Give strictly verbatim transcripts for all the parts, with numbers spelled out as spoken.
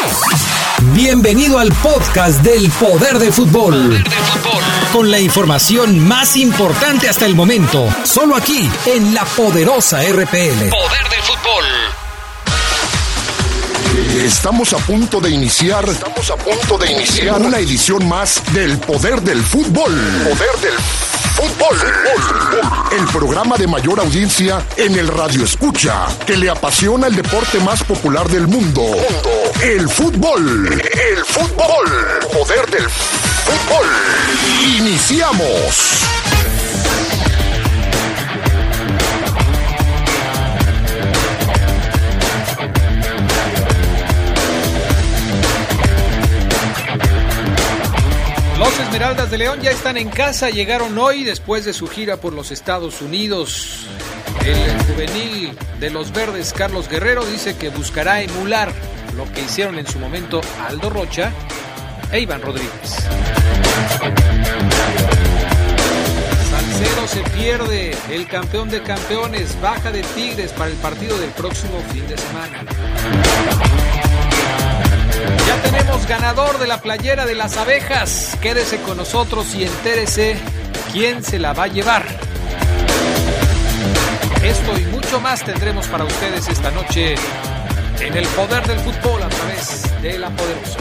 Bienvenido al podcast del Poder del Fútbol. Poder del Fútbol. Con la información más importante hasta el momento. Solo aquí, en la poderosa R P L. Poder del Fútbol. Estamos a punto de iniciar. Estamos a punto de iniciar una edición más del Poder del Fútbol. Poder del Fútbol. El programa de mayor audiencia en el radio escucha, que le apasiona el deporte más popular del mundo. El fútbol. El fútbol. Poder del Fútbol. Iniciamos. Los Esmeraldas de León ya están en casa, llegaron hoy después de su gira por los Estados Unidos. El juvenil de los Verdes, Carlos Guerrero, dice que buscará emular lo que hicieron en su momento Aldo Rocha e Iván Rodríguez. Salcedo se pierde, el campeón de campeones, baja de Tigres para el partido del próximo fin de semana. Ya tenemos ganador de la playera de las abejas. Quédese con nosotros y entérese quién se la va a llevar. Esto y mucho más tendremos para ustedes esta noche en el Poder del Fútbol a través de La Poderosa.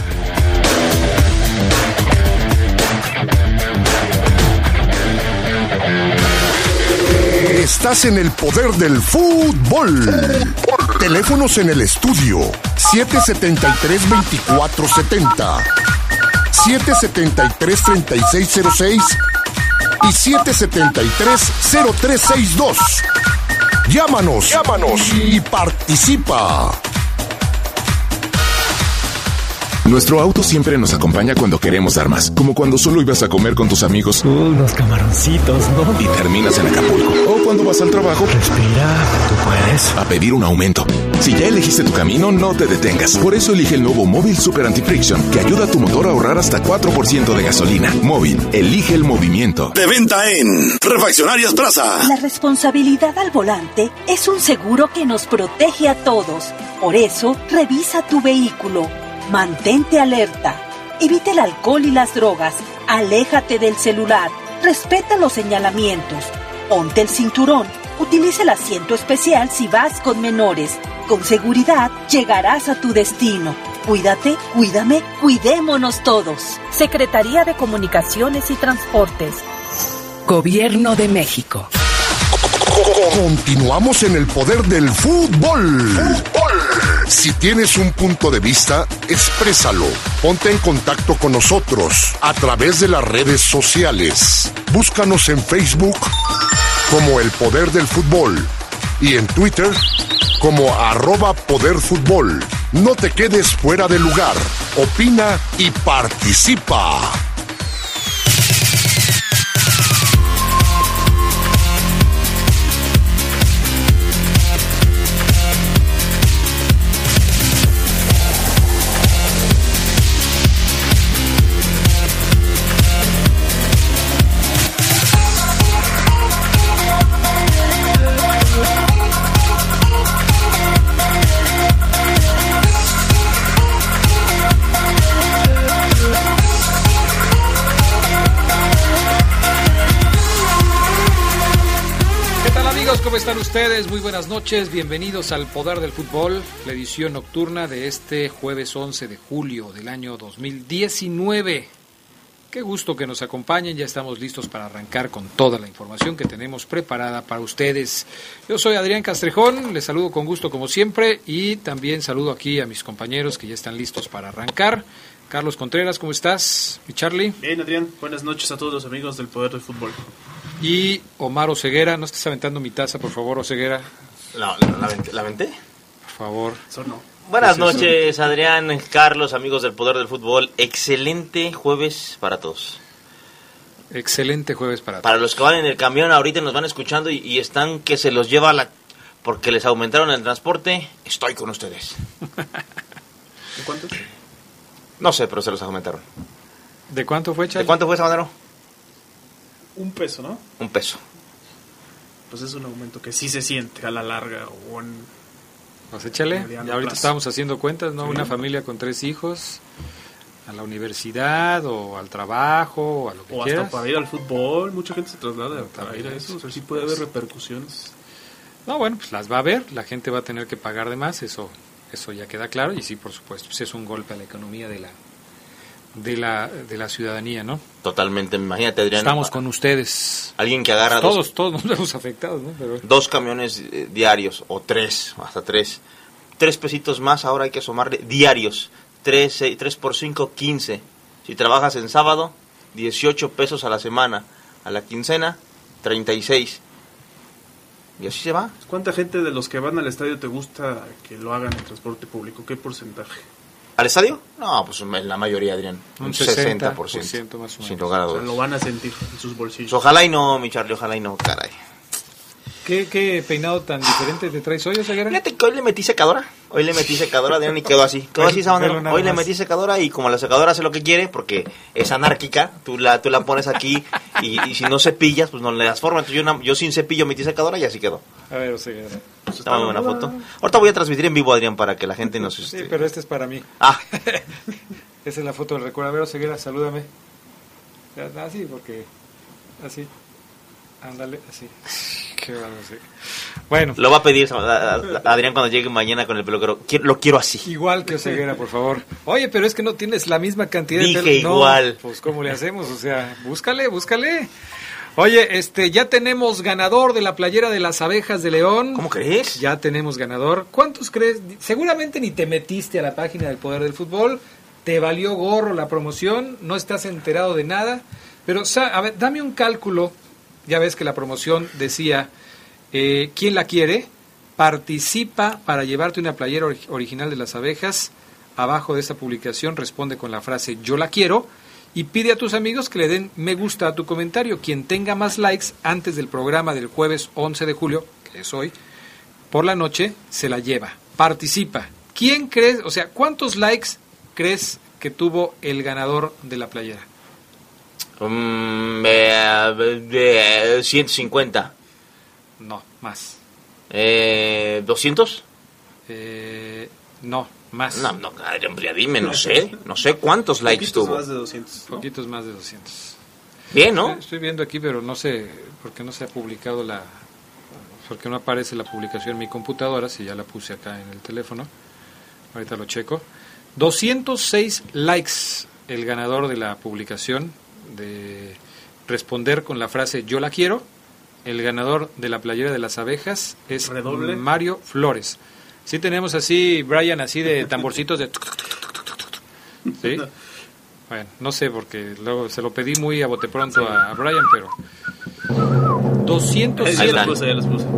Estás en el Poder del Fútbol. Teléfonos en el estudio siete setenta y tres, veinticuatro setenta, siete setenta y tres, treinta y seis cero seis y siete setenta y tres, cero tres sesenta y dos. Llámanos, llámanos y participa. Nuestro auto siempre nos acompaña cuando queremos dar más, como cuando solo ibas a comer con tus amigos. Uh, unos camaroncitos, ¿no? Y terminas en Acapulco. O cuando vas al trabajo. Respira, tú puedes. A pedir un aumento. Si ya elegiste tu camino, no te detengas. Por eso elige el nuevo Móvil Super Anti-Friction, que ayuda a tu motor a ahorrar hasta cuatro por ciento de gasolina. Móvil, elige el movimiento. De venta en Refaccionarias Plaza. La responsabilidad al volante es un seguro que nos protege a todos. Por eso, revisa tu vehículo. Mantente alerta. Evita el alcohol y las drogas. Aléjate del celular. Respeta los señalamientos. Ponte el cinturón. Utiliza el asiento especial si vas con menores. Con seguridad llegarás a tu destino. Cuídate, cuídame, cuidémonos todos. Secretaría de Comunicaciones y Transportes. Gobierno de México. Continuamos en el Poder del Fútbol. Fútbol. Si tienes un punto de vista, exprésalo. Ponte en contacto con nosotros a través de las redes sociales. Búscanos en Facebook como El Poder del Fútbol y en Twitter como arroba Poder Fútbol. No te quedes fuera de lugar. Opina y participa. ¿Cómo están ustedes? Muy buenas noches, bienvenidos al Poder del Fútbol, la edición nocturna de este jueves once de julio del año dos mil diecinueve. Qué gusto que nos acompañen, ya estamos listos para arrancar con toda la información que tenemos preparada para ustedes. Yo soy Adrián Castrejón, les saludo con gusto como siempre y también saludo aquí a mis compañeros que ya están listos para arrancar. Carlos Contreras, ¿cómo estás? ¿Y Charlie? Bien, Adrián, buenas noches a todos los amigos del Poder del Fútbol. Y Omar Oseguera, no estés aventando mi taza, por favor, Oseguera. ¿La, la, la, venté, ¿la venté? Por favor. Eso no. Buenas ¿Qué es noches, eso? Adrián, Carlos, amigos del Poder del Fútbol. Excelente jueves para todos. Excelente jueves para todos. Para los que van en el camión ahorita nos van escuchando y, y están que se los lleva la... porque les aumentaron el transporte, estoy con ustedes. ¿De cuánto? No sé, pero se los aumentaron. ¿De cuánto fue, Charlie? ¿De cuánto fue, Sabanero? Un peso, ¿no? Un peso. Pues es un aumento que sí se siente a la larga o en Pues échale, ya ahorita plazo. estábamos haciendo cuentas, ¿no? Sí. Una familia con tres hijos, a la universidad o al trabajo o a lo que O quieras. hasta para ir al fútbol, mucha gente se traslada para También ir a eso, o sea, sí puede haber repercusiones. No, bueno, pues las va a ver, la gente va a tener que pagar de más, eso eso ya queda claro, y sí, por supuesto, pues es un golpe a la economía de la de la de la ciudadanía, ¿no? Totalmente, imagínate, Adrián. Estamos con ustedes. Alguien que agarra Todos, dos, todos nos vemos afectados, ¿no? Pero dos camiones eh, diarios, o tres, hasta tres. Tres pesitos más, ahora hay que sumarle diarios. Tres, seis, tres por cinco, quince. Si trabajas en sábado, dieciocho pesos a la semana. A la quincena, treinta y seis. Y así se va. ¿Cuánta gente de los que van al estadio te gusta que lo hagan en transporte público? ¿Qué porcentaje? ¿Al estadio? No, pues la mayoría, Adrián. Un, Un sesenta por ciento. sesenta por ciento más o menos. Sin lugar a O sea, dudas. lo van a sentir en sus bolsillos. Pues ojalá y no, mi Charlie, ojalá y no, caray. ¿Qué, qué peinado tan diferente te traes hoy, Oseguera? Fíjate que hoy le metí secadora. Hoy le metí secadora, Adrián, y quedó así. Quedó así, esa Pero manera. nada Hoy le más. metí secadora y como la secadora hace lo que quiere, porque es anárquica, tú la tú la pones aquí y, y si no cepillas, pues no le das forma. Entonces yo, na- yo sin cepillo metí secadora y así quedó. A ver, Oseguera. Está muy buena foto. Ahorita voy a transmitir en vivo, Adrián, para que la gente nos... Sí, Este... pero este es para mí. Ah, Esa es la foto del recuerdo. A ver, Oseguera, salúdame. Así, porque... Así. Ándale, así. Qué bueno, sí. Bueno, lo va a pedir a- a- a Adrián cuando llegue mañana con el peluquero. Quiero- Lo quiero así. igual que Oseguera, por favor. Oye, pero es que no tienes la misma cantidad Dije de pelo. No, igual. pues, ¿cómo le hacemos? O sea, búscale, búscale. Oye, este, ya tenemos ganador de la playera de las abejas de León. ¿Cómo crees? Ya tenemos ganador. ¿Cuántos crees? Seguramente ni te metiste a la página del Poder del Fútbol. Te valió gorro la promoción. No estás enterado de nada. Pero, sa- a ver, dame un cálculo. Ya ves que la promoción decía, eh, ¿quién la quiere? Participa para llevarte una playera ori- original de las abejas. Abajo de esta publicación responde con la frase yo la quiero y pide a tus amigos que le den me gusta a tu comentario. Quien tenga más likes antes del programa del jueves once de julio, que es hoy, por la noche, se la lleva. Participa. ¿Quién crees, o sea, cuántos likes crees que tuvo el ganador de la playera? Mm, eh, eh, ciento cincuenta. No, más. Eh, ¿doscientos? Eh, no, más. No, no, Adrián, ya dime, no sé. No sé cuántos likes Poquitos tuvo. más de doscientos. ¿no? Poquitos más de doscientos. Bien, ¿no? Estoy, estoy viendo aquí, pero no sé por qué no se ha publicado la... Porque no aparece la publicación en mi computadora, si ya la puse acá en el teléfono. Ahorita lo checo. doscientos seis likes el ganador de la publicación de responder con la frase yo la quiero. El ganador de la playera de las abejas es Redoble. Mario Flores. Sí tenemos así, Brian, así de tamborcitos de... ¿Sí? Bueno, no sé, porque luego se lo pedí muy a bote pronto a, a Brian, pero... doscientos Ahí siete. las puse, ya las puse.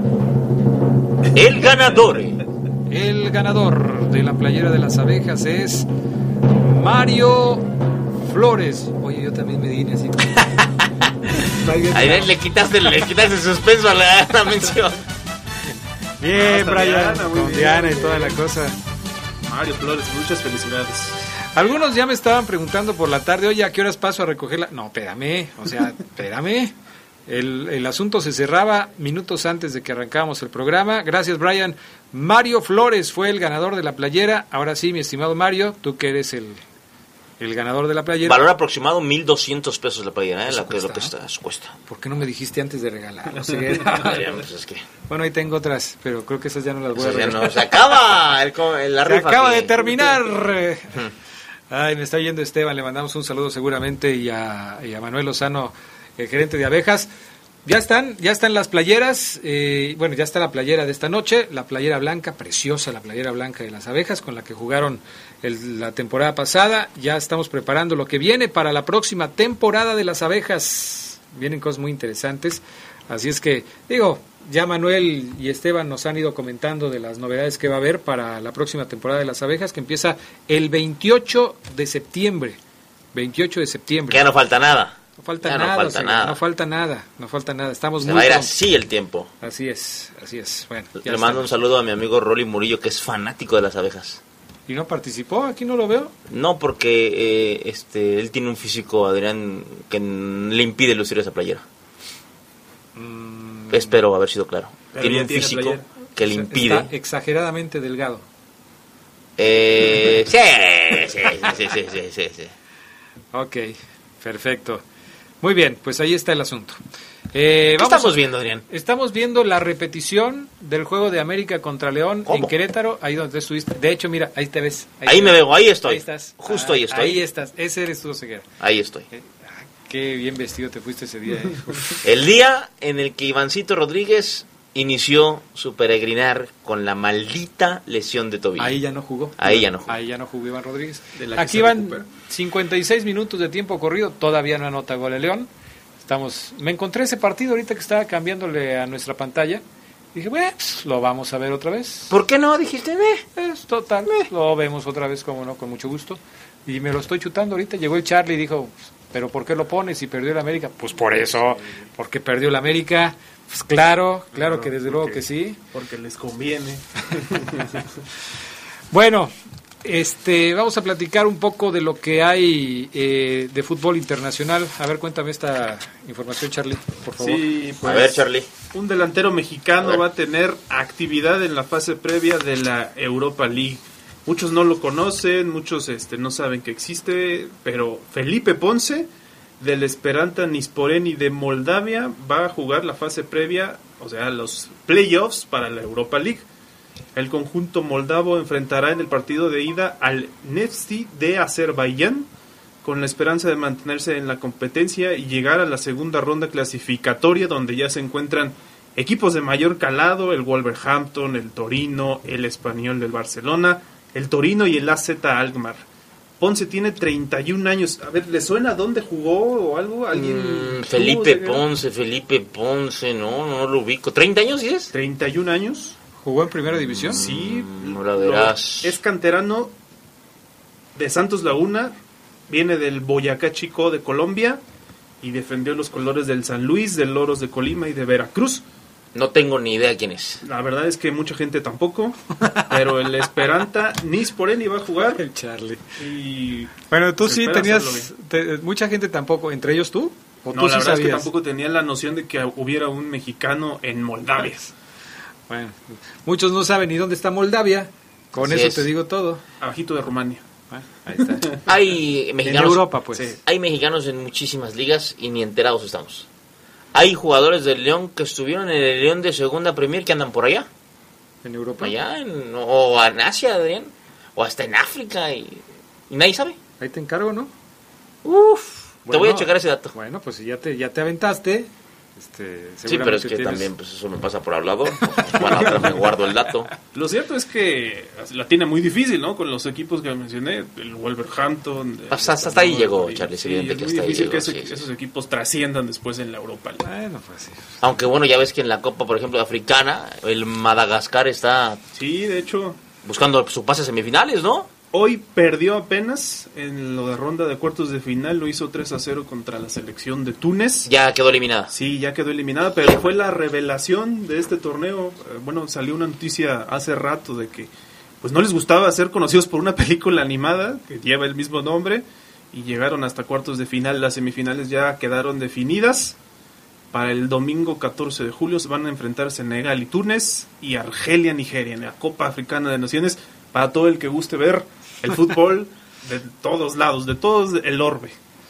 Ok. El ganador. El ganador de la playera de las abejas es Mario Flores. Oye, yo también me di así. Ahí le quitaste, le quitaste el suspenso a la, a la mención. Bien, Hasta Brian, Diana, muy con bien, Diana y muy toda bien. la cosa. Mario Flores, muchas felicidades. Algunos ya me estaban preguntando por la tarde, oye, ¿a qué horas paso a recogerla? No, espérame, o sea, espérame. El, el asunto se cerraba minutos antes de que arrancábamos el programa. Gracias, Brian. Mario Flores fue el ganador de la playera. Ahora sí, mi estimado Mario, tú que eres el, el ganador de la playera. Valor aproximado mil doscientos pesos la playera, ¿eh? Eso Lo que, lo que cuesta. está, eso cuesta. ¿Por qué no me dijiste antes de regalar? O sea, Adrián, pues es que bueno, ahí tengo otras, pero creo que esas ya no las voy a eso ya regalar. no, se acaba el, co- la Se rifa acaba aquí. de terminar. Ay, me está yendo Esteban, le mandamos un saludo seguramente y a, y a Manuel Lozano, el gerente de abejas. Ya están, ya están las playeras, eh, bueno, ya está la playera de esta noche, la playera blanca, preciosa la playera blanca de las abejas con la que jugaron el- la temporada pasada. Ya estamos preparando lo que viene para la próxima temporada de las abejas. Vienen cosas muy interesantes, así es que, digo, ya Manuel y Esteban nos han ido comentando de las novedades que va a haber para la próxima temporada de las abejas, que empieza el veintiocho de septiembre. veintiocho de septiembre. Que ya no falta nada. No falta Ya no nada, falta o sea, nada. no falta nada, no falta nada. Estamos Se muy va a ir pronto. así el tiempo. Así es, así es. Bueno, ya Le mando un estamos. saludo a mi amigo Rolly Murillo, que es fanático de las abejas. ¿Y no participó? Aquí no lo veo. No, porque eh, este él tiene un físico, Adrián, que n- le impide lucir esa playera. Mm, Espero haber sido claro. Pero Tiene ya un tiene físico. playera. que le impide. Está exageradamente delgado. Eh, sí, sí, sí, sí, sí, sí, sí. Ok, perfecto. Muy bien, pues ahí está el asunto. Eh, ¿Qué vamos estamos a, viendo, Adrián? Estamos viendo la repetición del juego de América contra León ¿Cómo? en Querétaro, ahí donde estuviste. De hecho, mira, ahí te ves. Ahí, ahí me ves. veo, ahí estoy. Ahí estás. Justo ah, ahí estoy. Ahí estás, ese eres tú, Ceguera. Ahí estoy. Eh, ah, qué bien vestido te fuiste ese día. Eh. El día en el que Ivancito Rodríguez inició su peregrinar con la maldita lesión de tobillo. Ahí ya no jugó. Ahí ya no jugó. Ahí ya no jugó Iván Rodríguez. Aquí van cincuenta y seis minutos de tiempo corrido, todavía no anota gol el León. Estamos, me encontré ese partido ahorita que estaba cambiándole a nuestra pantalla. Dije, bueno, pues, lo vamos a ver otra vez. ¿Por qué no? Dijiste, eh. Es total, eh. Lo vemos otra vez, como no, con mucho gusto. Y me lo estoy chutando ahorita. Llegó el Charlie y dijo, ¿pero por qué lo pones si perdió el América? Pues por eso, porque perdió el América. Pues claro, claro, claro que desde luego que sí. Porque les conviene. Bueno, este, vamos a platicar un poco de lo que hay eh, de fútbol internacional. A ver, cuéntame esta información, Charlie, por favor. Sí, pues, a ver, Charlie. Un delantero mexicano a va a tener actividad en la fase previa de la Europa League. Muchos no lo conocen, muchos este, no saben que existe, pero Felipe Ponce, del Esperanta Nisporeni de Moldavia, va a jugar la fase previa, o sea, los playoffs para la Europa League. El conjunto moldavo enfrentará en el partido de ida al Nefti de Azerbaiyán, con la esperanza de mantenerse en la competencia y llegar a la segunda ronda clasificatoria, donde ya se encuentran equipos de mayor calado, el Wolverhampton, el Torino, el Español del Barcelona, el Torino y el A Z Alkmaar. Ponce tiene treinta y un años. A ver, ¿le suena dónde jugó o algo? ¿Alguien? Mm, Felipe Ponce, Felipe Ponce, no, no lo ubico. ¿treinta años y es? treinta y un años. ¿Jugó en primera división? Sí. No la verás. Lo, es canterano de Santos Laguna, viene del Boyacá Chico de Colombia y defendió los colores del San Luis, del Loros de Colima y de Veracruz. No tengo ni idea quién es. La verdad es que mucha gente tampoco, pero el Esperanta Nisporeni va a jugar. El Charlie. Y bueno, tú sí tenías, te, mucha gente tampoco, ¿entre ellos tú? ¿O no, tú la sí verdad sabías? es que tampoco tenía la noción de que hubiera un mexicano en Moldavia. Bueno, muchos no saben ni dónde está Moldavia, con Así eso es. te digo todo. Abajito de Rumania. Ah, ahí está. Hay mexicanos, en Europa, pues. Sí. Hay mexicanos en muchísimas ligas y ni enterados estamos. Hay jugadores del León que estuvieron en el León de Segunda Premier que andan por allá. ¿En Europa? Allá, en, o en Asia, Adrián. O hasta en África y, y nadie sabe. Ahí te encargo, ¿no? Uf, bueno, te voy a checar ese dato. Bueno, pues si ya te, ya te aventaste... Este, sí, pero es que tienes... también pues eso me pasa por hablado. Para otra me guardo el dato. Lo cierto es que la tiene muy difícil, ¿no? Con los equipos que mencioné, el Wolverhampton. El hasta, hasta ahí llegó, Charlie. Sí, es que muy hasta ahí difícil llegó, que ese, sí, esos sí. equipos trasciendan después en la Europa League. Bueno, pues sí. Aunque bueno, ya ves que en la Copa, por ejemplo, africana, el Madagascar está... Sí, de hecho... buscando su pase a semifinales, ¿no? Hoy perdió apenas en lo de ronda de cuartos de final, lo hizo tres a cero contra la selección de Túnez. Ya quedó eliminada. Sí, ya quedó eliminada, pero fue la revelación de este torneo. Bueno, salió una noticia hace rato de que pues no les gustaba ser conocidos por una película animada que lleva el mismo nombre y llegaron hasta cuartos de final. Las semifinales ya quedaron definidas. Para el domingo catorce de julio se van a enfrentar Senegal y Túnez y Argelia, Nigeria en la Copa Africana de Naciones. Para todo el que guste ver el fútbol de todos lados, de todos el orbe.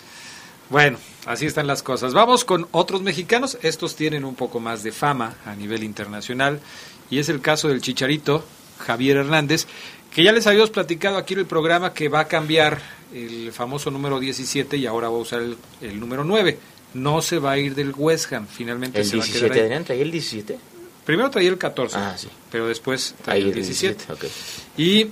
Bueno, así están las cosas. Vamos con otros mexicanos. Estos tienen un poco más de fama a nivel internacional. Y es el caso del Chicharito, Javier Hernández, que ya les habíamos platicado aquí en el programa que va a cambiar el famoso número diecisiete y ahora va a usar el, el número nueve. No se va a ir del West Ham, finalmente ¿El se diecisiete, va a quedar ahí. Adrián? ¿Traía el diecisiete? Primero traía el catorce, ah, sí. pero después traía ahí el diecisiete. Okay. Y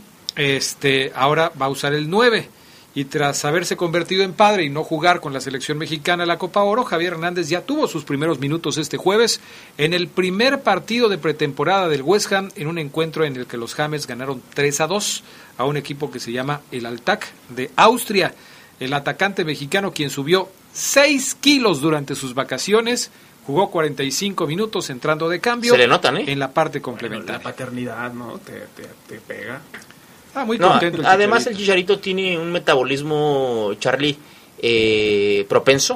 este ahora va a usar el nueve. Y tras haberse convertido en padre y no jugar con la selección mexicana la Copa Oro, Javier Hernández ya tuvo sus primeros minutos este jueves en el primer partido de pretemporada del West Ham, en un encuentro en el que los Hammers ganaron tres a dos a un equipo que se llama el Altac de Austria. El atacante mexicano, quien subió seis kilos durante sus vacaciones, jugó cuarenta y cinco minutos entrando de cambio. Se le notan, ¿eh? En la parte complementaria. Bueno, la paternidad, ¿no? Te, te, te pega. Ah, muy no, contento. El además Chicharito. el Chicharito tiene un metabolismo, Charlie, eh, propenso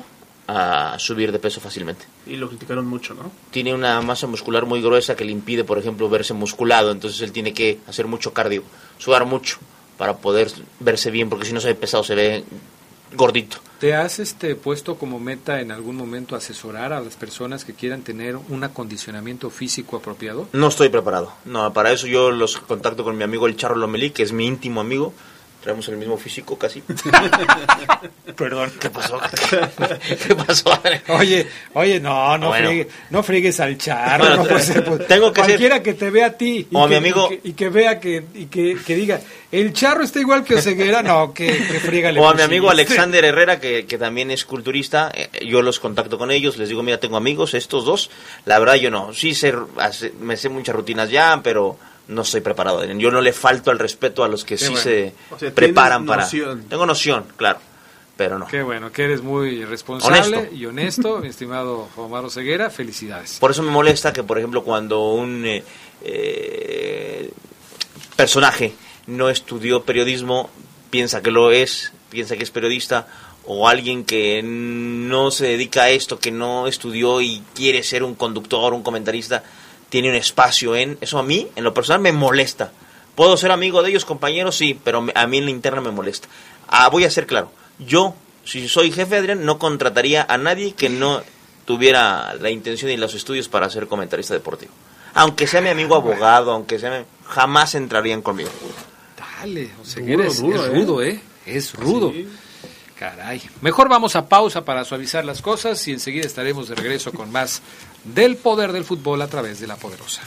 a subir de peso fácilmente. Y lo criticaron mucho, ¿no? Tiene una masa muscular muy gruesa que le impide, por ejemplo, verse musculado, entonces él tiene que hacer mucho cardio, sudar mucho para poder verse bien, porque si no se ve pesado, se ve gordito. ¿Te has este puesto como meta en algún momento asesorar a las personas que quieran tener un acondicionamiento físico apropiado? No estoy preparado. No, para eso yo los contacto con mi amigo el Charro Lomelí, que es mi íntimo amigo. Traemos el mismo físico casi. Perdón, ¿qué pasó? ¿Qué pasó? Oye, oye, no, no, bueno. friegue, no friegues al Charro. Bueno, no puede ser, pues, tengo que cualquiera ser... que te vea a ti y, o que, mi amigo... y, que, y que vea que, y que, que diga, el Charro está igual que Oseguera, no, que, que friégale. O a mi amigo Alexander Herrera, que, que también es culturista, eh, yo los contacto con ellos, les digo, mira, tengo amigos, estos dos, la verdad yo no, sí sé, hace, me sé muchas rutinas ya, pero... no estoy preparado. Yo no le falto al respeto a los que Qué sí bueno. se O sea, preparan tienes para... noción. Tengo noción, claro, pero no. Qué bueno, que eres muy responsable Honesto. y honesto, mi estimado Omar Oseguera, felicidades. Por eso me molesta que, por ejemplo, cuando un eh, eh, personaje no estudió periodismo, piensa que lo es, piensa que es periodista, o alguien que no se dedica a esto, que no estudió y quiere ser un conductor, un comentarista, tiene un espacio en... Eso a mí, en lo personal, me molesta. ¿Puedo ser amigo de ellos, compañeros? Sí, pero a mí en la interna me molesta. Ah, voy a ser claro. Yo, si soy jefe, Adrián, no contrataría a nadie que no tuviera la intención y los estudios para ser comentarista deportivo. Aunque sea mi amigo abogado, aunque sea... Mi... jamás entrarían conmigo. Dale, Oseguera Duro, es, duro, es ¿eh? rudo, ¿eh? Es rudo. Sí. Caray. Mejor vamos a pausa para suavizar las cosas y enseguida estaremos de regreso con más del poder del fútbol a través de La Poderosa.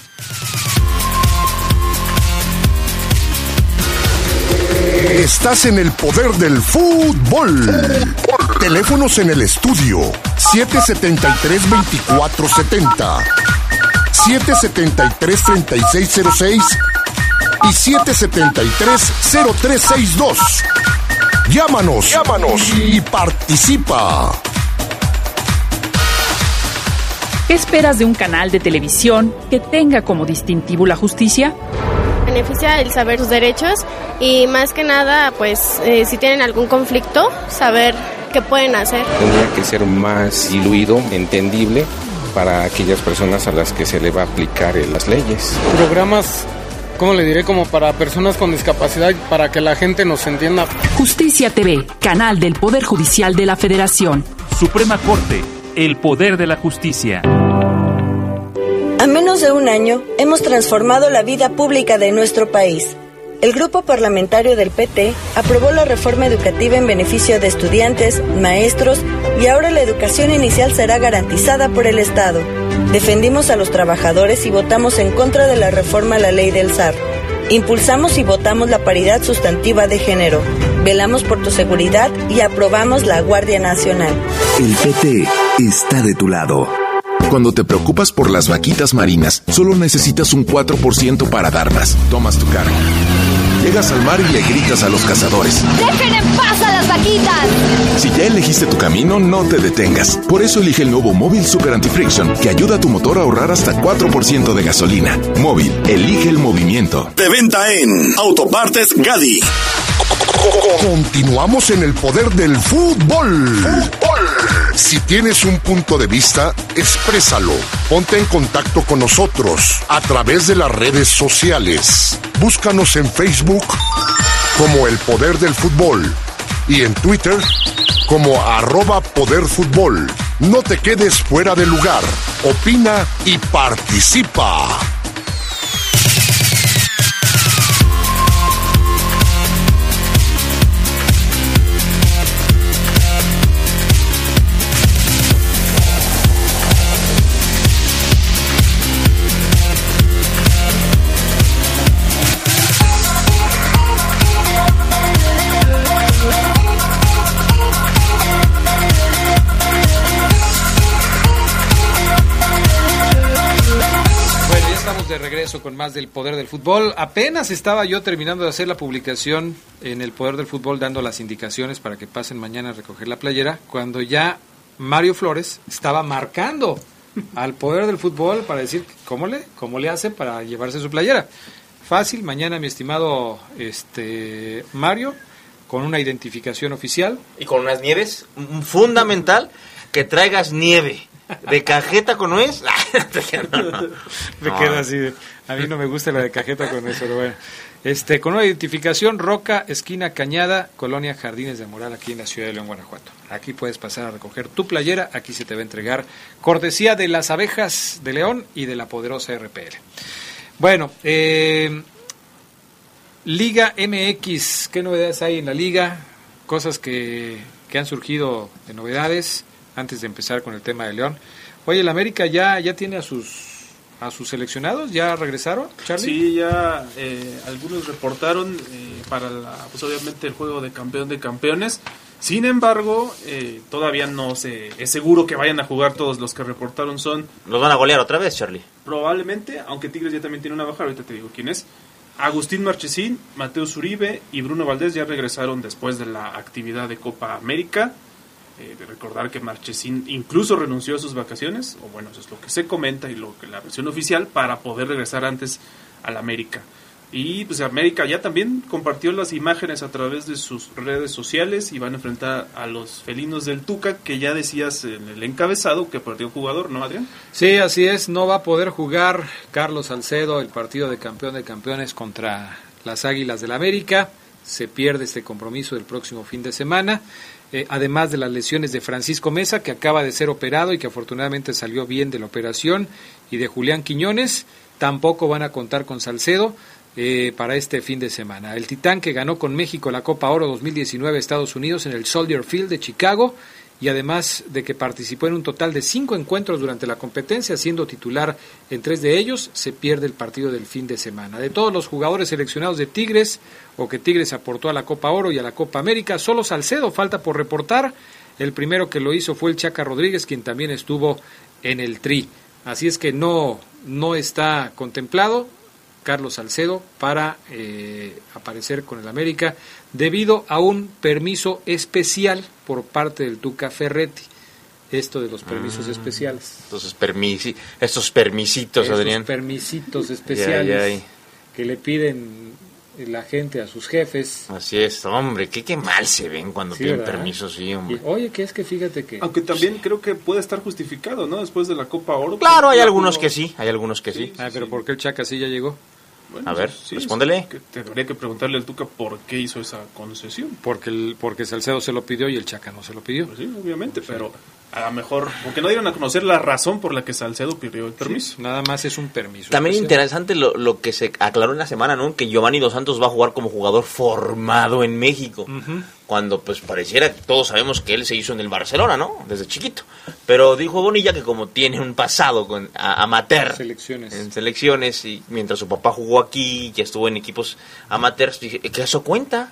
Estás en el poder del fútbol. Teléfonos en el estudio siete setenta y tres, veinticuatro setenta, siete setenta y tres, treinta y seis cero seis y siete setenta y tres, cero tres sesenta y dos. Llámanos, llámanos y participa. ¿Qué esperas de un canal de televisión que tenga como distintivo la justicia? Beneficia el saber sus derechos y más que nada, pues, eh, si tienen algún conflicto, saber qué pueden hacer. Tendría que ser más diluido, entendible para aquellas personas a las que se le va a aplicar eh, las leyes. Programas, ¿cómo le diré? Como para personas con discapacidad, para que la gente nos entienda. Justicia T V, canal del Poder Judicial de la Federación. Suprema Corte, el poder de la justicia. A menos de un año, hemos transformado la vida pública de nuestro país. El grupo parlamentario del P T aprobó la reforma educativa en beneficio de estudiantes, maestros y ahora la educación inicial será garantizada por el Estado. Defendimos a los trabajadores y votamos en contra de la reforma a la ley del S A R. Impulsamos y votamos la paridad sustantiva de género. Velamos por tu seguridad y aprobamos la Guardia Nacional. El P T está de tu lado. Cuando te preocupas por las vaquitas marinas, solo necesitas un cuatro por ciento para dar más. Tomas tu carga. Llegas al mar y le gritas a los cazadores: ¡dejen en paz a las vaquitas! Si ya elegiste tu camino, no te detengas. Por eso elige el nuevo Móvil Super Anti-Friction, que ayuda a tu motor a ahorrar hasta cuatro por ciento de gasolina. Móvil, elige el movimiento. De venta en Autopartes Gadi. Continuamos en el poder del fútbol. Fútbol. Si tienes un punto de vista, exprésalo. Ponte en contacto con nosotros a través de las redes sociales. Búscanos en Facebook como El Poder del Fútbol y en Twitter como arroba Poder Fútbol. No te quedes fuera de lugar. Opina y participa. De regreso con más del poder del fútbol. Apenas estaba yo terminando de hacer la publicación en el poder del fútbol, dando las indicaciones para que pasen mañana a recoger la playera, cuando ya Mario Flores estaba marcando al poder del fútbol para decir cómo le, cómo le hace para llevarse su playera. Fácil, mañana mi estimado este Mario, con una identificación oficial. Y con unas nieves, fundamental. que traigas nieve. ¿De cajeta con nuez? no, no. Me queda así. De, a mí no me gusta la de cajeta con nuez, pero bueno. Este, con una identificación, Roca, esquina Cañada, Colonia Jardines de Moral, aquí en la ciudad de León, Guanajuato. Aquí puedes pasar a recoger tu playera, aquí se te va a entregar cortesía de las Abejas de León y de la poderosa R P L. Bueno, eh, Liga M X, ¿qué novedades hay en la Liga? Cosas que, que han surgido de novedades antes de empezar con el tema de León. Oye, el América ya, ya tiene a sus a sus seleccionados, ¿ya regresaron, Charlie? Sí, ya eh, algunos reportaron eh, para la, pues obviamente el juego de campeón de campeones. Sin embargo, eh, todavía no se es seguro que vayan a jugar todos los que reportaron. Son ¿Los van a golear otra vez, Charlie? Probablemente, aunque Tigres ya también tiene una baja, ahorita te digo quién es. Agustín Marchesín, Mateus Uribe y Bruno Valdés ya regresaron después de la actividad de Copa América. Eh, de recordar que Marchesín incluso renunció a sus vacaciones, o bueno, eso es lo que se comenta y lo que la versión oficial, para poder regresar antes al América. Y pues América ya también compartió las imágenes a través de sus redes sociales y van a enfrentar a los felinos del Tuca, que ya decías en el encabezado que perdió un jugador, ¿no, Adrián? Sí, así es, no va a poder jugar Carlos Salcedo el partido de campeón de campeones contra las Águilas del América. Se pierde este compromiso del próximo fin de semana. Eh, además de las lesiones de Francisco Mesa, que acaba de ser operado y que afortunadamente salió bien de la operación, y de Julián Quiñones, tampoco van a contar con Salcedo eh, para este fin de semana. El Titán, que ganó con México la Copa Oro dos mil diecinueve Estados Unidos en el Soldier Field de Chicago, y además de que participó en un total de cinco encuentros durante la competencia, siendo titular en tres de ellos, se pierde el partido del fin de semana. De todos los jugadores seleccionados de Tigres, o que Tigres aportó a la Copa Oro y a la Copa América, solo Salcedo falta por reportar. El primero que lo hizo fue el Chaca Rodríguez, quien también estuvo en el Tri. Así es que no, no está contemplado Carlos Salcedo para eh, aparecer con el América, debido a un permiso especial por parte del Tuca Ferretti. Esto de los permisos mm, especiales. Entonces, permisi, estos permisitos, Estos Adrián. permisitos especiales ya, ya, ya. que le piden la gente a sus jefes. Así es, hombre, qué, qué mal se ven cuando sí, piden ¿verdad? Permisos, sí, hombre. Y, oye, que es que fíjate que... Aunque también sí. creo que puede estar justificado, ¿no? Después de la Copa Oro. Claro, hay algunos que sí, hay algunos que sí. sí. Ah, pero ¿por qué el Chaca sí ya llegó? Bueno, a ver, sí, respóndele. Que te debería que preguntarle al Tuca por qué hizo esa concesión. Porque el, porque Salcedo se lo pidió y el Chaca no se lo pidió. Pues sí, obviamente, pues pero a lo mejor, porque no dieron a conocer la razón por la que Salcedo pidió el permiso. Sí, nada más es un permiso. También especial. Interesante lo, lo que se aclaró en la semana, ¿no? Que Giovanni Dos Santos va a jugar como jugador formado en México. Uh-huh. Cuando pues pareciera que todos sabemos que él se hizo en el Barcelona, ¿no? Desde chiquito. Pero dijo Bonilla que como tiene un pasado con a, amateur selecciones. en selecciones, y mientras su papá jugó aquí y estuvo en equipos amateurs, que eso cuenta.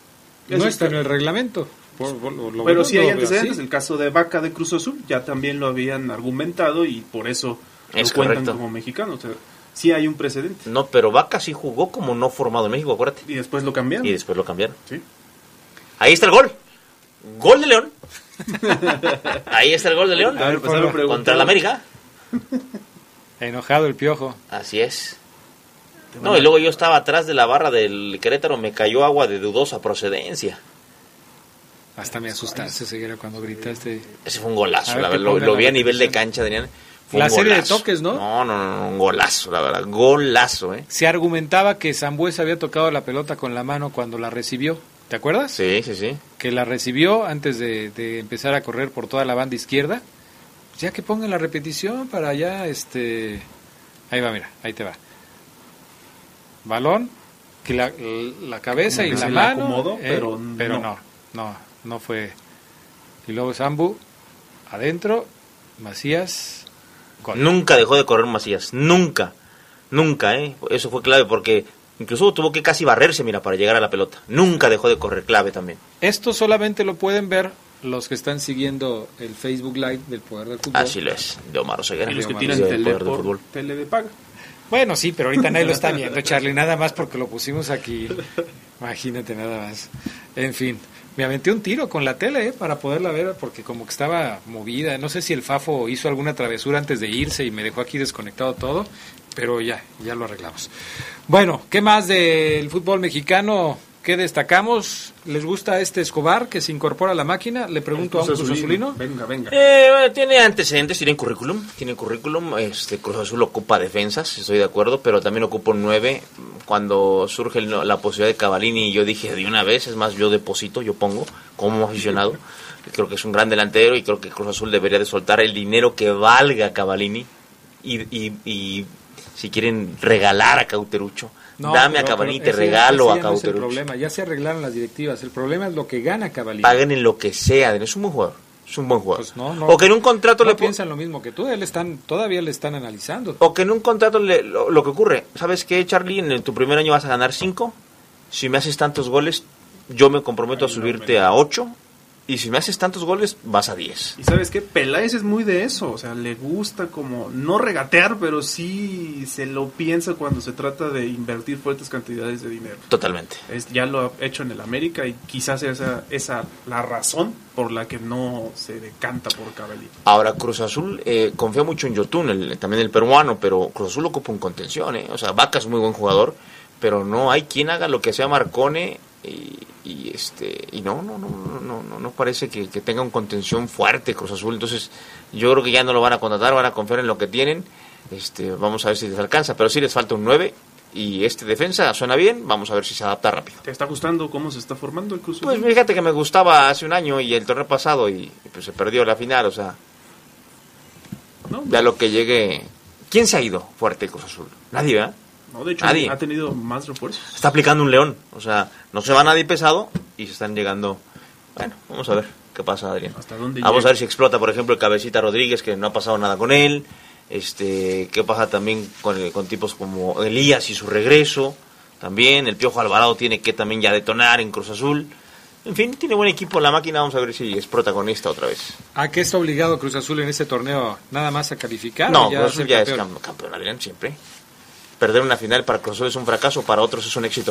No eso está en el reglamento. Por, por, lo pero sí hay antecedentes. El caso de Vaca de Cruz Azul ya también lo habían argumentado y por eso es lo cuentan como mexicano. O sea, sí hay un precedente. No, pero Vaca sí jugó como no formado en México, acuérdate. Y después lo cambiaron. Y después lo cambiaron. Sí. Ahí está el gol. Gol de León. Ahí está el gol de León. A ver, pues contra el América. Enojado el Piojo. Así es. No, y luego yo estaba atrás de la barra del Querétaro, me cayó agua de dudosa procedencia. Hasta me asustaste, Ceguera, cuando gritaste. Ese fue un golazo, ver, la verdad, lo, lo vi a nivel de cancha, Adrián. La serie de toques, ¿no? No, no, no, un golazo, la verdad, golazo, ¿eh? Se argumentaba que Sambuesa había tocado la pelota con la mano cuando la recibió, ¿te acuerdas? Sí, sí, sí. Que la recibió antes de, de empezar a correr por toda la banda izquierda. Ya que pongan la repetición para allá, este... Ahí va, mira, ahí te va. Balón, que la, la cabeza y la mano... Acomodó, eh, pero, pero no, no, no fue... Y luego Sambu, adentro, Macías... Gol. Nunca dejó de correr Macías, nunca, nunca, ¿eh? Eso fue clave porque incluso tuvo que casi barrerse, mira, para llegar a la pelota. Nunca dejó de correr, clave también. Esto solamente lo pueden ver los que están siguiendo el Facebook Live del Poder del Fútbol. Así lo es, de Omar Oseguera. Y los que tienen tele por tele de paga. Bueno, sí, pero ahorita nadie lo está viendo, Charlie, nada más porque lo pusimos aquí. Imagínate, nada más. En fin, me aventé un tiro con la tele, ¿eh? Para poderla ver, porque como que estaba movida. No sé si el Fafo hizo alguna travesura antes de irse y me dejó aquí desconectado todo, pero ya, ya lo arreglamos. Bueno, ¿qué más del fútbol mexicano? ¿qué destacamos? ¿Les gusta este Escobar que se incorpora a la máquina? Le pregunto a un Cruz Azulino. Venga, venga. Eh, bueno, tiene antecedentes, tiene currículum, tiene currículum. Este Cruz Azul ocupa defensas, estoy de acuerdo, pero también ocupa un nueve. Cuando surge el, la posibilidad de Cavallini, yo dije de una vez, es más, yo deposito, yo pongo como aficionado. Creo que es un gran delantero y creo que Cruz Azul debería de soltar el dinero que valga Cavallini y, y, y si quieren regalar a Cauterucho. No, Dame a Cavallini, te regalo a Cauterucho. No es el problema, ya se arreglaron las directivas. El problema es lo que gana Cavallini. Paguen en lo que sea, es un buen jugador. Es un buen jugador. Pues no, no, o que en un contrato no le piensan lo mismo que tú, él están, todavía le están analizando. O que en un contrato le, lo, lo que ocurre, ¿sabes qué, Charlie? En el, tu primer año vas a ganar cinco. Si me haces tantos goles, yo me comprometo Ay, a subirte no, a ocho. Y si me haces tantos goles, vas a diez. Y ¿sabes qué? Peláez es muy de eso. O sea, le gusta como no regatear, pero sí se lo piensa cuando se trata de invertir fuertes cantidades de dinero. Totalmente. Es, ya lo ha hecho en el América y quizás esa esa la razón por la que no se decanta por Cavallini. Ahora, Cruz Azul eh, confía mucho en Yotun, el, también el peruano, pero Cruz Azul ocupa un contención. Eh. O sea, Vaca es un muy buen jugador, pero no hay quien haga lo que sea Marcone. Y, y este y no no no no no no parece que, que tenga un contención fuerte Cruz Azul. Entonces yo creo que ya no lo van a contratar, van a confiar en lo que tienen. Este vamos a ver si les alcanza, pero sí les falta un nueve y este defensa suena bien, vamos a ver si se adapta rápido. ¿Te está gustando cómo se está formando el Cruz Azul? Pues fíjate que me gustaba hace un año y el torneo pasado y, y pues se perdió la final, o sea no, ya lo que llegue. ¿Quién se ha ido fuerte el Cruz Azul? Nadie, ¿verdad? No, de hecho, nadie. Ha tenido más refuerzos. Está aplicando un león, o sea, no se va nadie pesado y se están llegando. Bueno, vamos a ver qué pasa, Adrián. ¿Hasta dónde vamos llega? A ver si explota, por ejemplo, el Cabecita Rodríguez, que no ha pasado nada con él. Este, qué pasa también con, el, con tipos como Elías y su regreso. También el Piojo Alvarado tiene que también ya detonar en Cruz Azul. En fin, tiene buen equipo la máquina, vamos a ver si es protagonista otra vez. ¿A qué está obligado Cruz Azul en este torneo? ¿Nada más a calificar? No, ya Cruz Azul ya campeón? es campeón, Adrián, siempre. Perder una final para Cruz Azul es un fracaso, para otros es un éxito.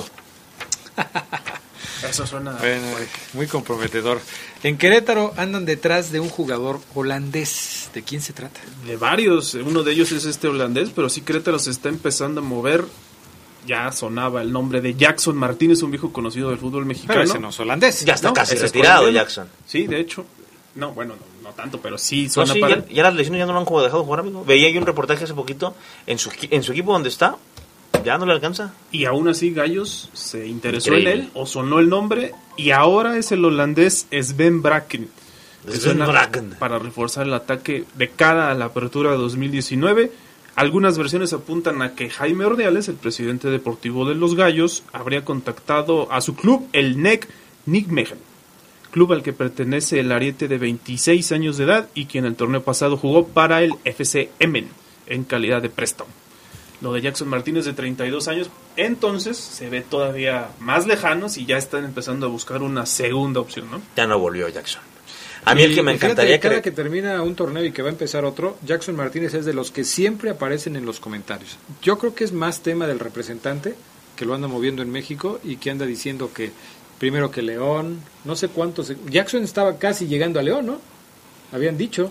Eso suena bueno, muy comprometedor. En Querétaro andan detrás de un jugador holandés. ¿De quién se trata? De varios. Uno de ellos es este holandés, pero sí Querétaro se está empezando a mover. Ya sonaba el nombre de Jackson Martínez, un viejo conocido del fútbol mexicano. Pero ese no es holandés. Ya está no, casi retirado Jackson. Sí, de hecho. No, bueno, no, no tanto, pero sí suena no, sí, para... Ya, ya las lesiones ya no lo han dejado jugar, amigo. Veía yo un reportaje hace poquito. En su, en su equipo donde está, ya no le alcanza. Y aún así Gallos se interesó Increíble. en él, o sonó el nombre, y ahora es el holandés Sven Braken. Sven Braken. Para reforzar el ataque de cara a la apertura de dos mil diecinueve. Algunas versiones apuntan a que Jaime Ordiales, el presidente deportivo de los Gallos, habría contactado a su club, el N E C Nijmegen, club al que pertenece el ariete de veintiséis años de edad y quien el torneo pasado jugó para el F C Emmen en calidad de préstamo. Lo de Jackson Martínez de treinta y dos años, entonces se ve todavía más lejanos y ya están empezando a buscar una segunda opción, ¿no? Ya no volvió Jackson. A mí y el que me encantaría que... Cada que termina un torneo y que va a empezar otro, Jackson Martínez es de los que siempre aparecen en los comentarios. Yo creo que es más tema del representante, que lo anda moviendo en México y que anda diciendo que primero que León, no sé cuántos... Jackson estaba casi llegando a León, ¿no? Habían dicho.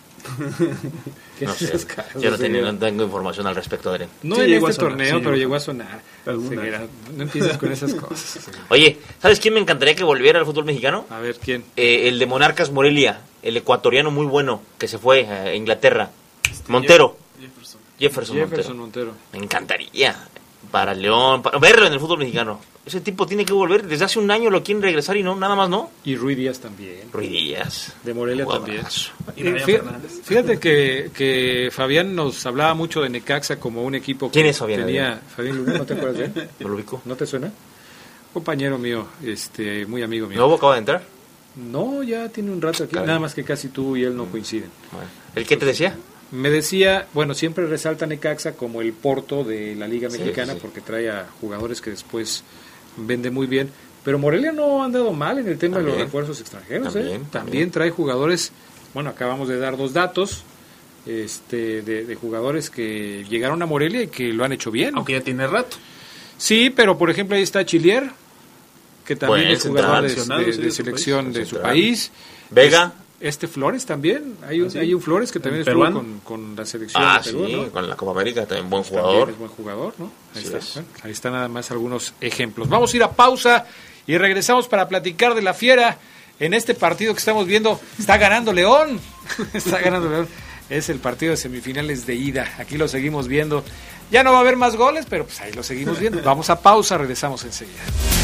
No sé, yo no, tenía, no tengo información al respecto de él. No sí, en este torneo, sí, pero llegó a sonar. Ceguera, no empieces con esas cosas. Oye, ¿sabes quién me encantaría que volviera al fútbol mexicano? A ver, ¿quién? Eh, el de Monarcas Morelia, el ecuatoriano muy bueno, que se fue a Inglaterra. Montero. Jefferson. Jefferson, Jefferson Montero. Montero. Me encantaría. Para León, para verlo en el fútbol mexicano. Ese tipo tiene que volver. Desde hace un año lo quieren regresar y no, nada más no. Y Rui Díaz también. Rui Díaz. De Morelia también. Y fíjate, fíjate que, que Fabián nos hablaba mucho de Necaxa como un equipo que ¿Quién es Fabián? tenía... Fabián Luna, ¿no te acuerdas de él? No lo ubico. ¿No te suena? Compañero mío, este, muy amigo mío. ¿Nuevo acaba de entrar? No, ya tiene un rato aquí. Cabe. Nada más que casi tú y él no coinciden. Bueno. ¿El qué te decía? Me decía, bueno, siempre resalta Necaxa como el Porto de la Liga Mexicana, sí, sí. porque trae a jugadores que después vende muy bien. Pero Morelia no ha andado mal en el tema también, de los refuerzos extranjeros. También, ¿eh? también. también trae jugadores, bueno, acabamos de dar dos datos este de, de jugadores que llegaron a Morelia y que lo han hecho bien. Aunque ya tiene rato. Sí, pero por ejemplo ahí está Chilier, que también bueno, es jugador de, de, sí, de, de selección de su central. país. Vega. Este Flores también, hay un, ¿Ah, sí? hay un Flores que también estuvo con, con la selección ah, de Perú, sí, ¿no? con la Copa América también buen jugador. También es buen jugador, ¿no? Ahí, sí está, es. bueno, ahí están nada más algunos ejemplos. Vamos a ir a pausa Y regresamos para platicar de la Fiera en este partido que estamos viendo. Está ganando León. Está ganando León. Es el partido de semifinales de ida. Aquí lo seguimos viendo. Ya no va a haber más goles, pero pues ahí lo seguimos viendo. Vamos a pausa, regresamos enseguida.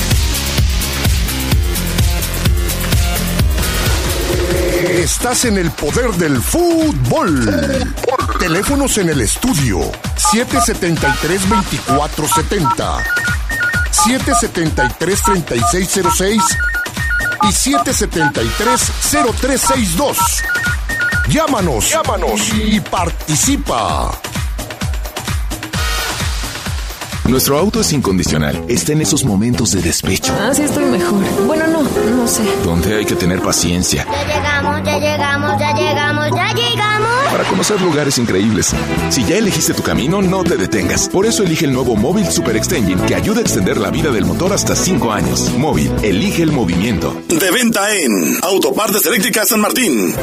Estás en el poder del fútbol. Teléfonos en el estudio siete setenta y tres, veinticuatro setenta, siete setenta y tres, treinta y seis cero seis y siete setenta y tres, cero tres sesenta y dos. Llámanos, llámanos y participa. Nuestro auto es incondicional. Está en esos momentos de despecho. Ah, sí, estoy mejor. Bueno, no, no sé. Donde hay que tener paciencia. Ya llegamos, ya llegamos, ya llegamos, ya llegamos. Para conocer lugares increíbles. Si ya elegiste tu camino, no te detengas. Por eso elige el nuevo Móvil Super Extension, que ayuda a extender la vida del motor hasta cinco años. Móvil, elige el movimiento. De venta en Autopartes Eléctricas San Martín.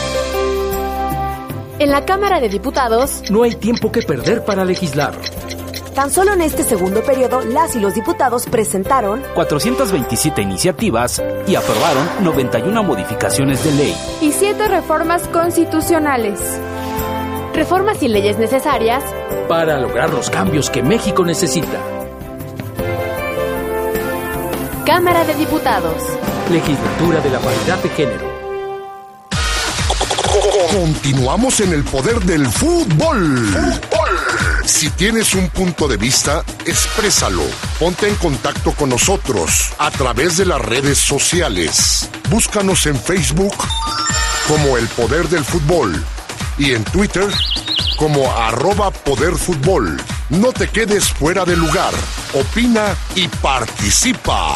En la Cámara de Diputados, no hay tiempo que perder para legislar. Tan solo en este segundo periodo, las y los diputados presentaron cuatrocientas veintisiete iniciativas y aprobaron noventa y una modificaciones de ley y siete reformas constitucionales. Reformas y leyes necesarias para lograr los cambios que México necesita. Cámara de Diputados. Legislatura de la Paridad de Género. Continuamos en el poder del fútbol. Fútbol. Si tienes un punto de vista, exprésalo. Ponte en contacto con nosotros a través de las redes sociales. Búscanos en Facebook como El Poder del Fútbol y en Twitter como arroba Poder Fútbol. No te quedes fuera de lugar. Opina y participa.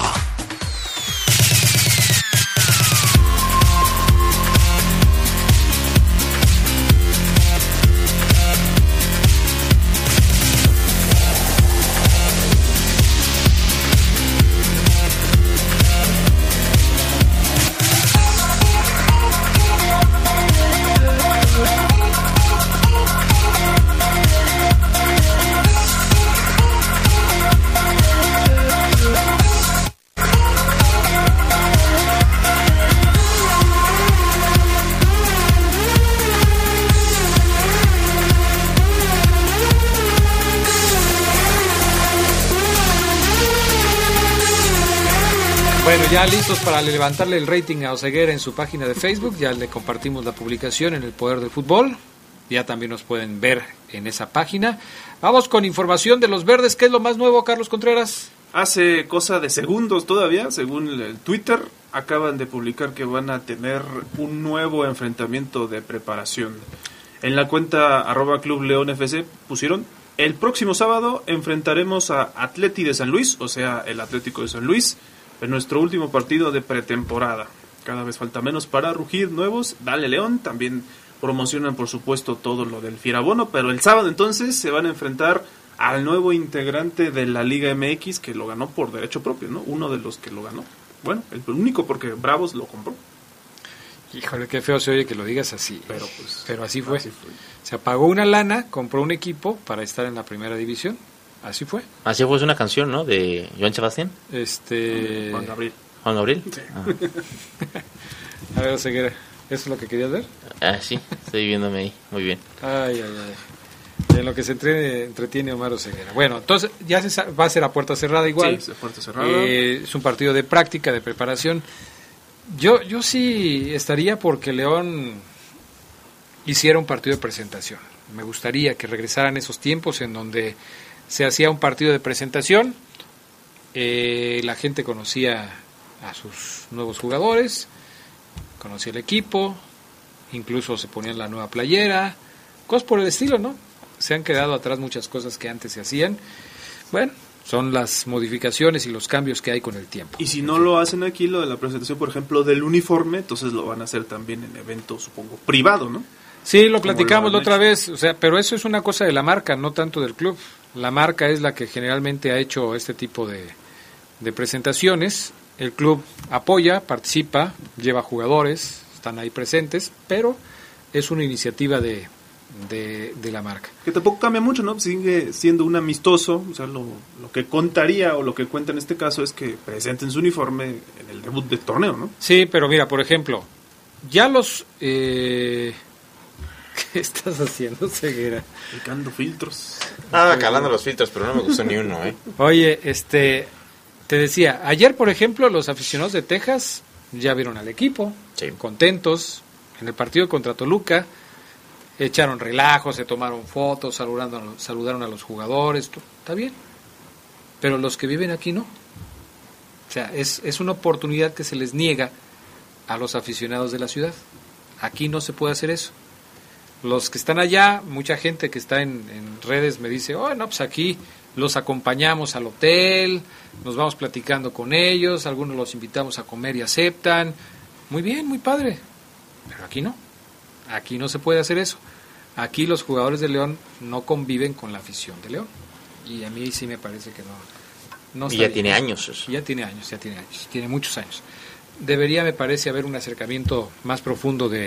Bueno, ya listos para levantarle el rating a Oseguera en su página de Facebook. Ya le compartimos la publicación en El Poder del Fútbol. Ya también nos pueden ver en esa página. Vamos con información de los verdes. ¿Qué es lo más nuevo, Carlos Contreras? Hace cosa de segundos todavía, según el Twitter, acaban de publicar que van a tener un nuevo enfrentamiento de preparación. En la cuenta arroba Club León F C pusieron: el próximo sábado enfrentaremos a Atleti de San Luis, o sea, el Atlético de San Luis, en nuestro último partido de pretemporada. Cada vez falta menos para rugir nuevos. Dale León, también promocionan por supuesto todo lo del Fierabono, pero el sábado entonces se van a enfrentar al nuevo integrante de la Liga M X, que lo ganó por derecho propio, ¿no? Uno de los que lo ganó. Bueno, el único, porque Bravos lo compró. Híjole, qué feo se oye que lo digas así. Pero pues, pero así fue. así fue. Se pagó una lana, compró un equipo para estar en la primera división. Así fue. Así fue, es una canción, ¿no? De Joan Sebastián. Este... Juan Gabriel. Juan Gabriel. Sí. Ah. A ver, Oseguera, ¿eso es lo que querías ver? Ah, sí, estoy viéndome ahí. Muy bien. Ay, ay, ay. En lo que se entretiene, entretiene Omar Oseguera. Bueno, entonces ya se sa- va a ser a puerta cerrada igual. Sí, a puerta cerrada. Eh, es un partido de práctica, de preparación. Yo, yo sí estaría porque León hiciera un partido de presentación. Me gustaría que regresaran esos tiempos en donde se hacía un partido de presentación, eh, la gente conocía a sus nuevos jugadores, conocía el equipo, incluso se ponían la nueva playera, cosas por el estilo, ¿no? Se han quedado atrás muchas cosas que antes se hacían. Bueno, son las modificaciones y los cambios que hay con el tiempo. Y si no lo hacen aquí, lo de la presentación, por ejemplo, del uniforme, entonces lo van a hacer también en evento, supongo, privado, ¿no? Sí, lo Como platicamos lo la otra han vez, o sea, pero eso es una cosa de la marca, no tanto del club. La marca es la que generalmente ha hecho este tipo de, de presentaciones. El club apoya, participa, lleva jugadores, están ahí presentes, pero es una iniciativa de, de, de la marca. Que tampoco cambia mucho, ¿no? Sigue siendo un amistoso, o sea, lo, lo que contaría o lo que cuenta en este caso es que presenten su uniforme en el debut del torneo, ¿no? Sí, pero mira, por ejemplo, ya los... Eh... ¿Qué estás haciendo, Ceguera? Aplicando filtros. Ah, calando los filtros, pero no me gustó ni uno, ¿eh? Oye, este... Te decía, ayer, por ejemplo, los aficionados de Texas ya vieron al equipo, sí, contentos, en el partido contra Toluca, echaron relajos, se tomaron fotos, saludaron, saludaron a los jugadores, todo, está bien, pero los que viven aquí no. O sea, es, es una oportunidad que se les niega a los aficionados de la ciudad. Aquí no se puede hacer eso. Los que están allá, mucha gente que está en, en redes me dice, oh, no, pues aquí los acompañamos al hotel, nos vamos platicando con ellos, algunos los invitamos a comer y aceptan. Muy bien, muy padre. Pero aquí no. Aquí no se puede hacer eso. Aquí los jugadores de León no conviven con la afición de León. Y a mí sí me parece que no. no y ya tiene años eso. Ya tiene años, ya tiene años. Tiene muchos años. Debería, me parece, haber un acercamiento más profundo de...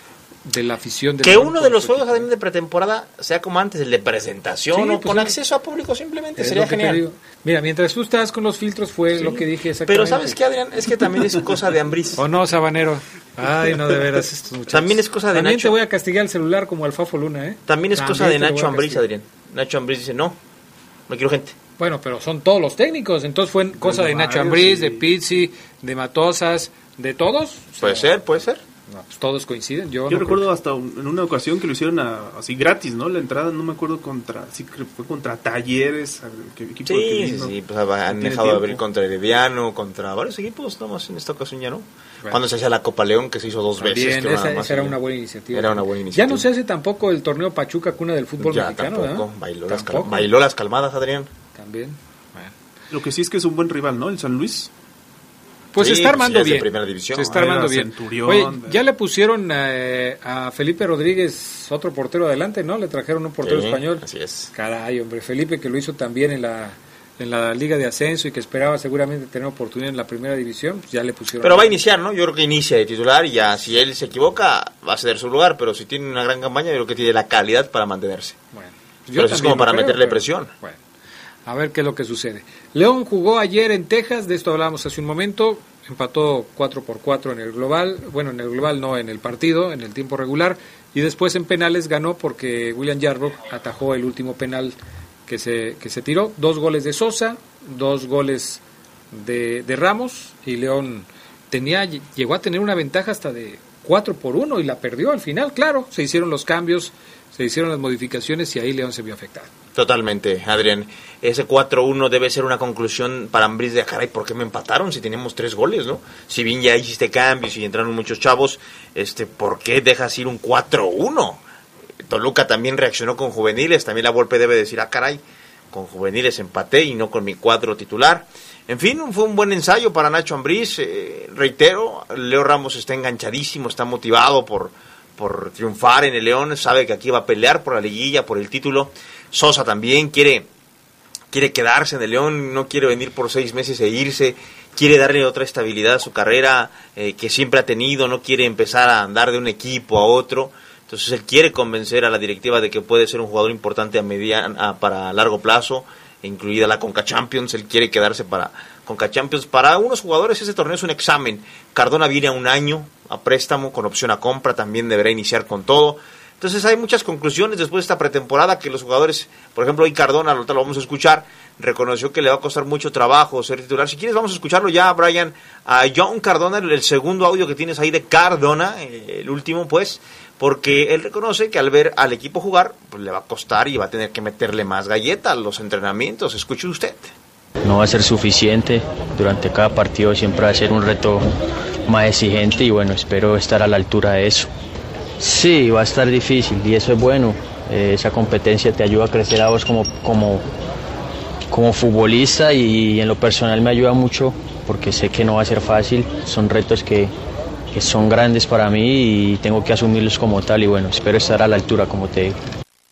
de la afición de que León, uno de los juegos de pretemporada sea como antes, el de presentación, sí, o pues con sí, acceso a público simplemente, es sería lo que genial. te digo. Mira, mientras tú estabas con los filtros fue Sí. lo que dije exactamente. Pero ¿sabes qué, Adrián? Es que también es cosa de Ambriz. ¿O no, Sabanero? Ay, no, de veras, estos muchachos. También es cosa de También Nacho. te voy a castigar el celular como al Fafo Luna, ¿eh? También es También cosa de te lo voy Nacho a Ambriz, castigar. Adrián. Nacho Ambriz dice, no, no quiero gente. Bueno, pero son todos los técnicos, entonces fue cosa de Nacho Ambriz, de Pizzi, de Matosas, de todos. Puede ser, puede ser. No, pues todos coinciden. Yo, Yo no recuerdo creo. hasta un- en una ocasión que lo hicieron a- así gratis, ¿no? La entrada, no me acuerdo contra, sí que fue contra Talleres, al que- equipo Sí, que sí, vino. sí, pues han Tiene dejado de tiempo. abrir contra Herediano, contra varios equipos, nomás en esta ocasión ya no. Bueno. Cuando se hacía la Copa León, que se hizo dos También, veces. creo, esa, nada más, esa era y- una buena iniciativa. Era una buena iniciativa. Ya no se hace tampoco el torneo Pachuca, cuna del fútbol Ya mexicano, tampoco, ¿verdad? bailó las, cal- Tampoco. bailó las calmadas, Adrián. También. Bueno. Lo que sí es que es un buen rival, ¿no? El San Luis. Pues Sí, se está pues armando ya es de bien. primera división. Se está Ah, armando era bien. Centurión, Oye, ¿verdad? ya le pusieron eh, a Felipe Rodríguez otro portero adelante, ¿no? Le trajeron un portero Sí, español. así es. Caray, hombre, Felipe que lo hizo también en la en la Liga de Ascenso y que esperaba seguramente tener oportunidad en la primera división, pues ya le pusieron. Pero va a iniciar, ¿no? Yo creo que inicia de titular y ya si él se equivoca va a ceder su lugar, pero si tiene una gran campaña yo creo que tiene la calidad para mantenerse. Bueno, Pero eso es como para meterle presión. Bueno, a ver qué es lo que sucede. León jugó ayer en Texas, de esto hablábamos hace un momento, empató cuatro por cuatro en el global, bueno, en el global no, en el partido, en el tiempo regular, y después en penales ganó porque William Yarbrough atajó el último penal que se, que se tiró, dos goles de Sosa, dos goles de, de Ramos, y León tenía, llegó a tener una ventaja hasta de cuatro por uno y la perdió al final, claro, se hicieron los cambios, se hicieron las modificaciones y ahí León se vio afectado. Totalmente, Adrián. Ese cuatro uno debe ser una conclusión para Ambriz de, caray, ¿por qué me empataron si teníamos tres goles, no? Si bien ya hiciste cambios y entraron muchos chavos, este, ¿por qué dejas ir un cuatro uno? Toluca también reaccionó con juveniles, también la Volpe debe decir, ah, caray, con juveniles empaté y no con mi cuadro titular. En fin, fue un buen ensayo para Nacho Ambriz, eh, reitero, Leo Ramos está enganchadísimo, está motivado por, por triunfar en el León, sabe que aquí va a pelear por la liguilla, por el título. Sosa también quiere, quiere quedarse en el León, no quiere venir por seis meses e irse, quiere darle otra estabilidad a su carrera eh, que siempre ha tenido, no quiere empezar a andar de un equipo a otro. Entonces él quiere convencer a la directiva de que puede ser un jugador importante a mediana, a, para largo plazo, incluida la Conca Champions. Él quiere quedarse para Conca Champions. Para algunos jugadores ese torneo es un examen. Cardona viene a un año a préstamo con opción a compra, también deberá iniciar con todo. Entonces hay muchas conclusiones después de esta pretemporada que los jugadores, por ejemplo hoy Cardona, lo vamos a escuchar, reconoció que le va a costar mucho trabajo ser titular. Si quieres vamos a escucharlo ya, Brian, a John Cardona, el segundo audio que tienes ahí de Cardona, el último pues, porque él reconoce que al ver al equipo jugar, pues le va a costar y va a tener que meterle más galleta a los entrenamientos. Escuche usted. No va a ser suficiente, durante cada partido siempre va a ser un reto más exigente y bueno, espero estar a la altura de eso. Sí, va a estar difícil y eso es bueno, eh, esa competencia te ayuda a crecer a vos como, como, como futbolista y en lo personal me ayuda mucho porque sé que no va a ser fácil, son retos que, que son grandes para mí y tengo que asumirlos como tal y bueno, espero estar a la altura como te digo.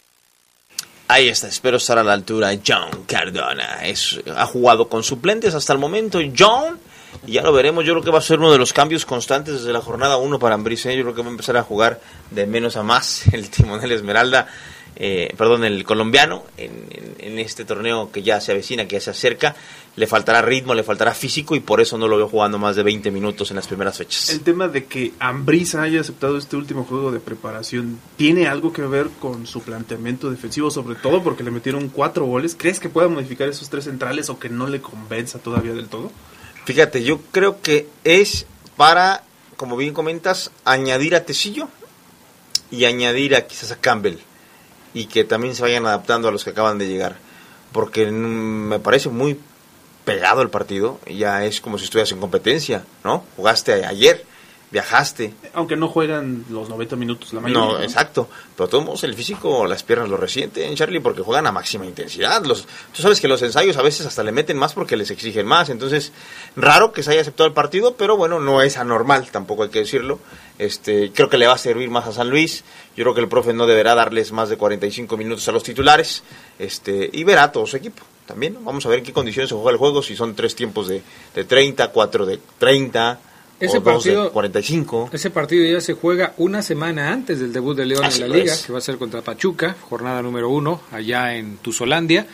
Ahí está, espero estar a la altura. John Cardona es, ha jugado con suplentes hasta el momento. John, y ya lo veremos. Yo creo que va a ser uno de los cambios constantes desde la jornada uno para Ambriz, ¿eh? Yo creo que va a empezar a jugar de menos a más el timonel Esmeralda, eh, perdón, el colombiano, en, en, en este torneo que ya se avecina, que ya se acerca. Le faltará ritmo, le faltará físico, y por eso no lo veo jugando más de veinte minutos en las primeras fechas. El tema de que Ambriz haya aceptado este último juego de preparación, ¿tiene algo que ver con su planteamiento defensivo? Sobre todo porque le metieron cuatro goles. ¿Crees que pueda modificar esos tres centrales o que no le convenza todavía del todo? Fíjate, yo creo que es para, como bien comentas, añadir a Tecillo y añadir a quizás a Campbell, y que también se vayan adaptando a los que acaban de llegar, porque me parece muy pegado el partido, ya es como si estuvieras en competencia, ¿no? Jugaste ayer, viajaste. Aunque no juegan los noventa minutos la mayoría. No, ¿no? Exacto, pero de todos modos el físico, las piernas lo resienten, Charlie, porque juegan a máxima intensidad. Los, tú sabes que los ensayos a veces hasta le meten más porque les exigen más, entonces raro que se haya aceptado el partido, pero bueno, no es anormal, tampoco hay que decirlo. Este, creo que le va a servir más a San Luis. Yo creo que el profe no deberá darles más de cuarenta y cinco minutos a los titulares, este, y verá a todo su equipo. También vamos a ver en qué condiciones se juega el juego, si son tres tiempos de, de treinta, cuatro de treinta, ese o partido, dos de cuarenta y cinco. Ese partido ya se juega una semana antes del debut de León Así en la Liga, es. que va a ser contra Pachuca, jornada número uno, allá en Tuzolandia.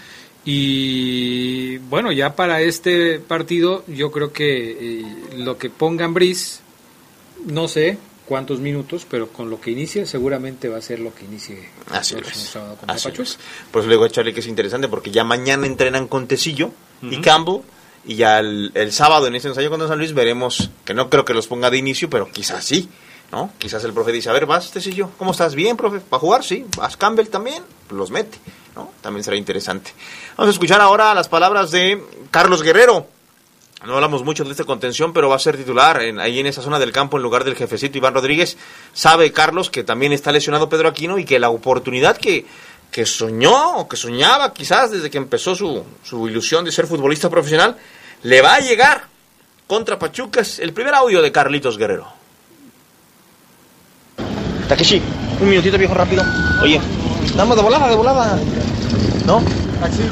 Y bueno, ya para este partido yo creo que eh, lo que ponga Ambriz, no sé cuántos minutos, pero con lo que inicie seguramente va a ser lo que inicie Así el próximo es. sábado contra Así Pachuca. Es. Por eso le digo a Charlie que es interesante, porque ya mañana entrenan con Tecillo uh-huh. y Campbell, y ya el, el sábado en este ensayo contra San Luis veremos, que no creo que los ponga de inicio, pero quizás sí, ¿no? Quizás el profe dice, a ver, vas Tecillo, ¿cómo estás? Bien, profe, ¿para jugar? Sí, vas Campbell también, los mete, ¿no? También será interesante. Vamos a escuchar ahora las palabras de Carlos Guerrero. No hablamos mucho de esta contención, pero va a ser titular en, ahí en esa zona del campo en lugar del jefecito Iván Rodríguez. Sabe Carlos que también está lesionado Pedro Aquino, y que la oportunidad que, que soñó o que soñaba quizás desde que empezó su, su ilusión de ser futbolista profesional le va a llegar contra Pachucas. El primer audio de Carlitos Guerrero. Takeshi, un minutito, viejo, rápido. Oye, damos de volada, de volada. ¿No? Taxi,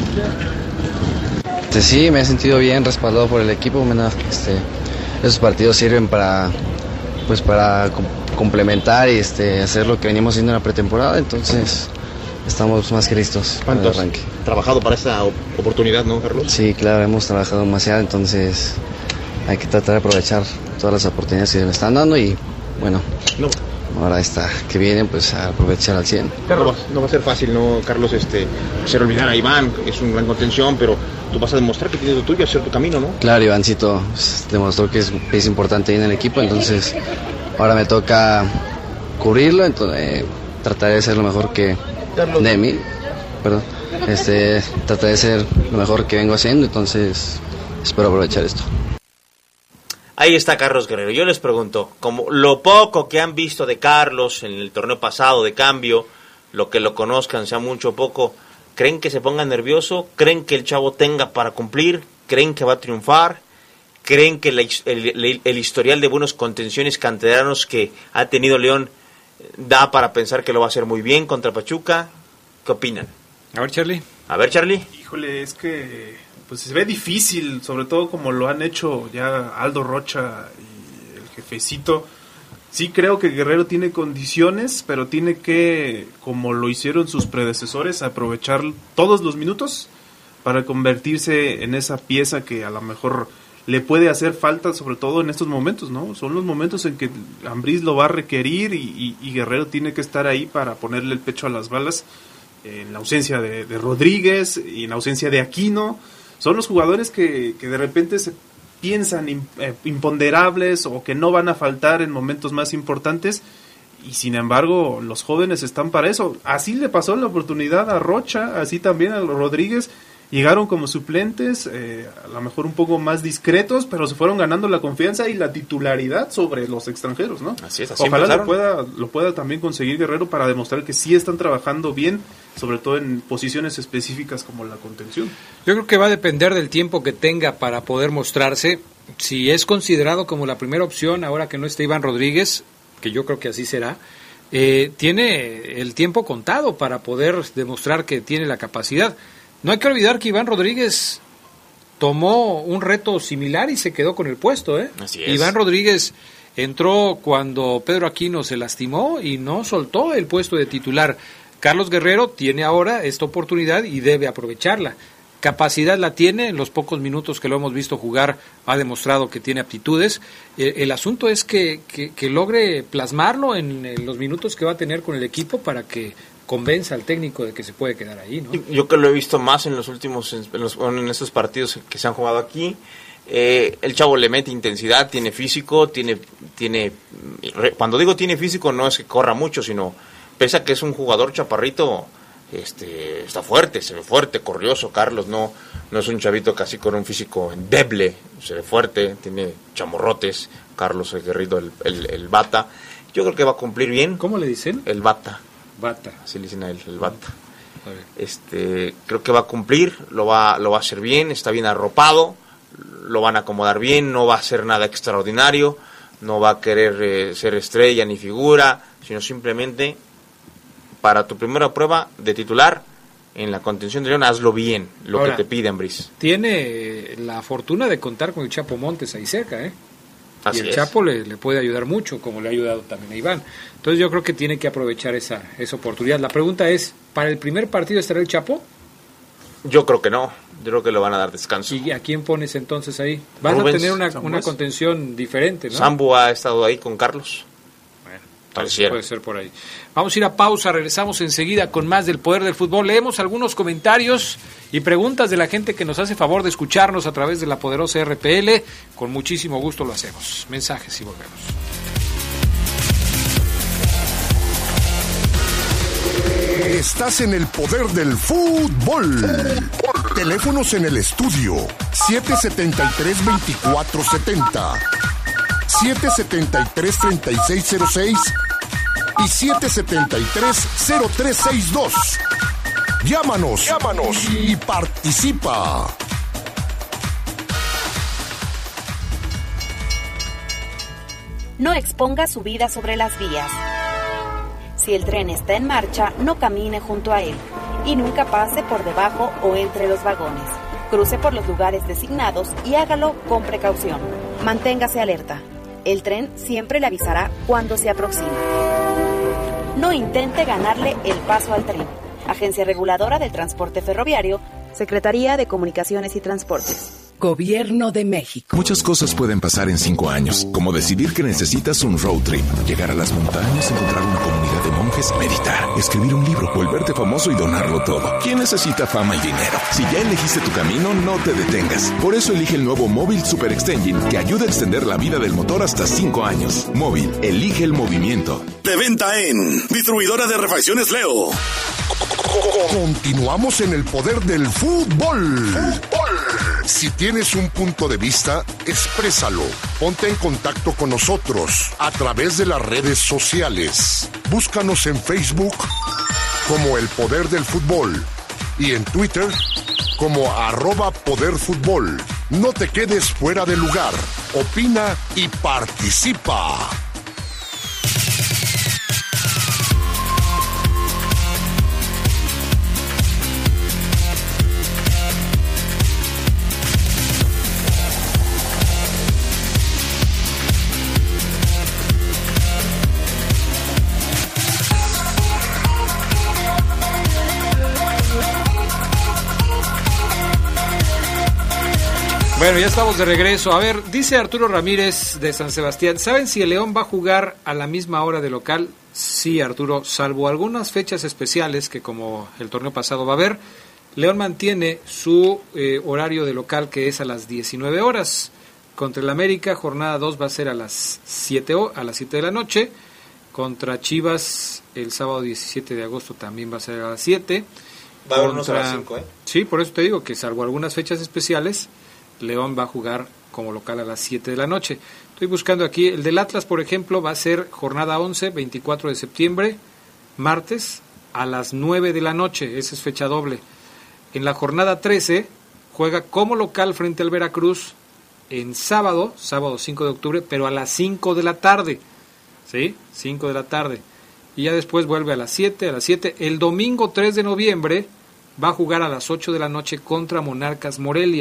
Este, sí, me he sentido bien respaldado por el equipo. Bueno, este, esos partidos sirven para, pues, para com- complementar y este, hacer lo que venimos haciendo en la pretemporada. Entonces, estamos más que listos para el arranque. Trabajado para esta oportunidad, ¿no, Carlos? Sí, claro, hemos trabajado demasiado. Entonces, hay que tratar de aprovechar todas las oportunidades que se me están dando y, bueno, no. ahora esta que viene, pues a aprovechar al cien. Carlos, no va a ser fácil, ¿no, Carlos? Este, hacer olvidar a Iván, que es un gran contención, pero tú vas a demostrar que tienes lo tuyo, hacer tu camino, ¿no? Claro, Ivancito pues, demostró que es, es importante ahí en el equipo, entonces ahora me toca cubrirlo, entonces eh, trataré de ser lo mejor que Carlos. de mí, perdón, este, trataré de ser lo mejor que vengo haciendo, entonces espero aprovechar esto. Ahí está Carlos Guerrero. Yo les pregunto, como lo poco que han visto de Carlos en el torneo pasado de cambio, lo que lo conozcan, sea mucho o poco, ¿creen que se ponga nervioso? ¿Creen que el chavo tenga para cumplir? ¿Creen que va a triunfar? ¿Creen que la, el, el, el historial de buenos contenciones canteranos que ha tenido León da para pensar que lo va a hacer muy bien contra Pachuca? ¿Qué opinan? A ver, Charlie. A ver, Charlie. Híjole, es que pues se ve difícil, sobre todo como lo han hecho ya Aldo Rocha y el jefecito. Sí creo que Guerrero tiene condiciones, pero tiene que, como lo hicieron sus predecesores, aprovechar todos los minutos para convertirse en esa pieza que a lo mejor le puede hacer falta, sobre todo en estos momentos, ¿no? Son los momentos en que Ambriz lo va a requerir y, y, y Guerrero tiene que estar ahí para ponerle el pecho a las balas, en la ausencia de, de Rodríguez y en la ausencia de Aquino. Son los jugadores que, que de repente se piensan imponderables o que no van a faltar en momentos más importantes, y sin embargo los jóvenes están para eso. Así le pasó la oportunidad a Rocha, así también a los Rodríguez. Llegaron como suplentes, eh, a lo mejor un poco más discretos, pero se fueron ganando la confianza y la titularidad sobre los extranjeros, ¿no? Así es, así Ojalá lo pueda, lo pueda también conseguir Guerrero para demostrar que sí están trabajando bien, sobre todo en posiciones específicas como la contención. Yo creo que va a depender del tiempo que tenga para poder mostrarse. Si es considerado como la primera opción, ahora que no está Iván Rodríguez, que yo creo que así será, eh, tiene el tiempo contado para poder demostrar que tiene la capacidad. No hay que olvidar que Iván Rodríguez tomó un reto similar y se quedó con el puesto, ¿eh? Así es. Iván Rodríguez entró cuando Pedro Aquino se lastimó y no soltó el puesto de titular. Carlos Guerrero tiene ahora esta oportunidad y debe aprovecharla. Capacidad la tiene, en los pocos minutos que lo hemos visto jugar ha demostrado que tiene aptitudes. El, el asunto es que, que, que logre plasmarlo en, en los minutos que va a tener con el equipo para que convenza al técnico de que se puede quedar ahí, ¿no? Yo, yo que lo he visto más en los últimos, en, los, en estos partidos que se han jugado aquí, eh, el chavo le mete intensidad, tiene físico, tiene, tiene, cuando digo tiene físico no es que corra mucho, sino pese a que es un jugador chaparrito, este, está fuerte, se ve fuerte, corrioso. Carlos no, no es un chavito casi con un físico endeble, se ve fuerte, tiene chamorrotes. Carlos Aguerrido, el, el, el Bata, yo creo que va a cumplir bien. ¿Cómo le dicen? El Bata. Bata. Así le dicen a él, el Bata. Este, creo que va a cumplir, lo va, lo va a hacer bien, está bien arropado, lo van a acomodar bien, no va a hacer nada extraordinario, no va a querer eh, ser estrella ni figura, sino simplemente para tu primera prueba de titular en la contención de León, hazlo bien, lo Ahora, que te pide Ambriz. Tiene la fortuna de contar con el Chapo Montes ahí cerca, ¿eh? Así y el es. Chapo le, le puede ayudar mucho, como le ha ayudado también a Iván. Entonces yo creo que tiene que aprovechar esa, esa oportunidad. La pregunta es, ¿para el primer partido estará el Chapo? Yo creo que no, yo creo que le van a dar descanso. ¿Y a quién pones entonces ahí? Vas Rubens, a tener una, una contención diferente, ¿no? Sambu ha estado ahí con Carlos. Pareciera. Puede ser por ahí. Vamos a ir a pausa, regresamos enseguida con más del Poder del Fútbol. Leemos algunos comentarios y preguntas de la gente que nos hace favor de escucharnos a través de la poderosa R P L. Con muchísimo gusto lo hacemos. Mensajes y volvemos. Estás en el Poder del Fútbol. Teléfonos en el estudio siete siete tres, veinticuatro setenta, siete siete tres, treinta y seis cero seis y siete siete tres, cero tres seis dos. Llámanos, llámanos y participa. No exponga su vida sobre las vías. Si el tren está en marcha, no camine junto a él y nunca pase por debajo o entre los vagones. Cruce por los lugares designados y hágalo con precaución. Manténgase alerta. El tren siempre le avisará cuando se aproxime. No intente ganarle el paso al tren. Agencia Reguladora del Transporte Ferroviario, Secretaría de Comunicaciones y Transportes. Gobierno de México. Muchas cosas pueden pasar en cinco años, como decidir que necesitas un road trip, llegar a las montañas, encontrar una comunidad de monjes, meditar, escribir un libro, volverte famoso y donarlo todo. ¿Quién necesita fama y dinero? Si ya elegiste tu camino, no te detengas. Por eso elige el nuevo Móvil Super Extension, que ayuda a extender la vida del motor hasta cinco años. Móvil, elige el movimiento. De venta en Distribuidora de Refacciones Leo. Continuamos en el Poder del Fútbol. Fútbol. Si tienes un punto de vista, exprésalo. Ponte en contacto con nosotros a través de las redes sociales. Búscanos en Facebook como El Poder del Fútbol y en Twitter como arroba Poder Fútbol. No te quedes fuera de lugar. Opina y participa. Bueno, ya estamos de regreso. A ver, dice Arturo Ramírez de San Sebastián, ¿saben si el León va a jugar a la misma hora de local? Sí, Arturo, salvo algunas fechas especiales que como el torneo pasado va a haber, León mantiene su eh, horario de local que es a las diecinueve horas. Contra el América, jornada dos va a ser a las siete, a las siete de la noche. Contra Chivas, el sábado diecisiete de agosto también va a ser a las siete. Va a haber unos a las cinco, ¿eh? Sí, por eso te digo que salvo algunas fechas especiales, León va a jugar como local a las siete de la noche. Estoy buscando aquí, el del Atlas, por ejemplo, va a ser jornada once, veinticuatro de septiembre, martes, a las nueve de la noche, esa es fecha doble. En la jornada trece, juega como local frente al Veracruz, en sábado, sábado cinco de octubre, pero a las cinco de la tarde, ¿sí? cinco de la tarde. Y ya después vuelve a las siete, a las siete. El domingo tres de noviembre va a jugar a las ocho de la noche contra Monarcas Morelia.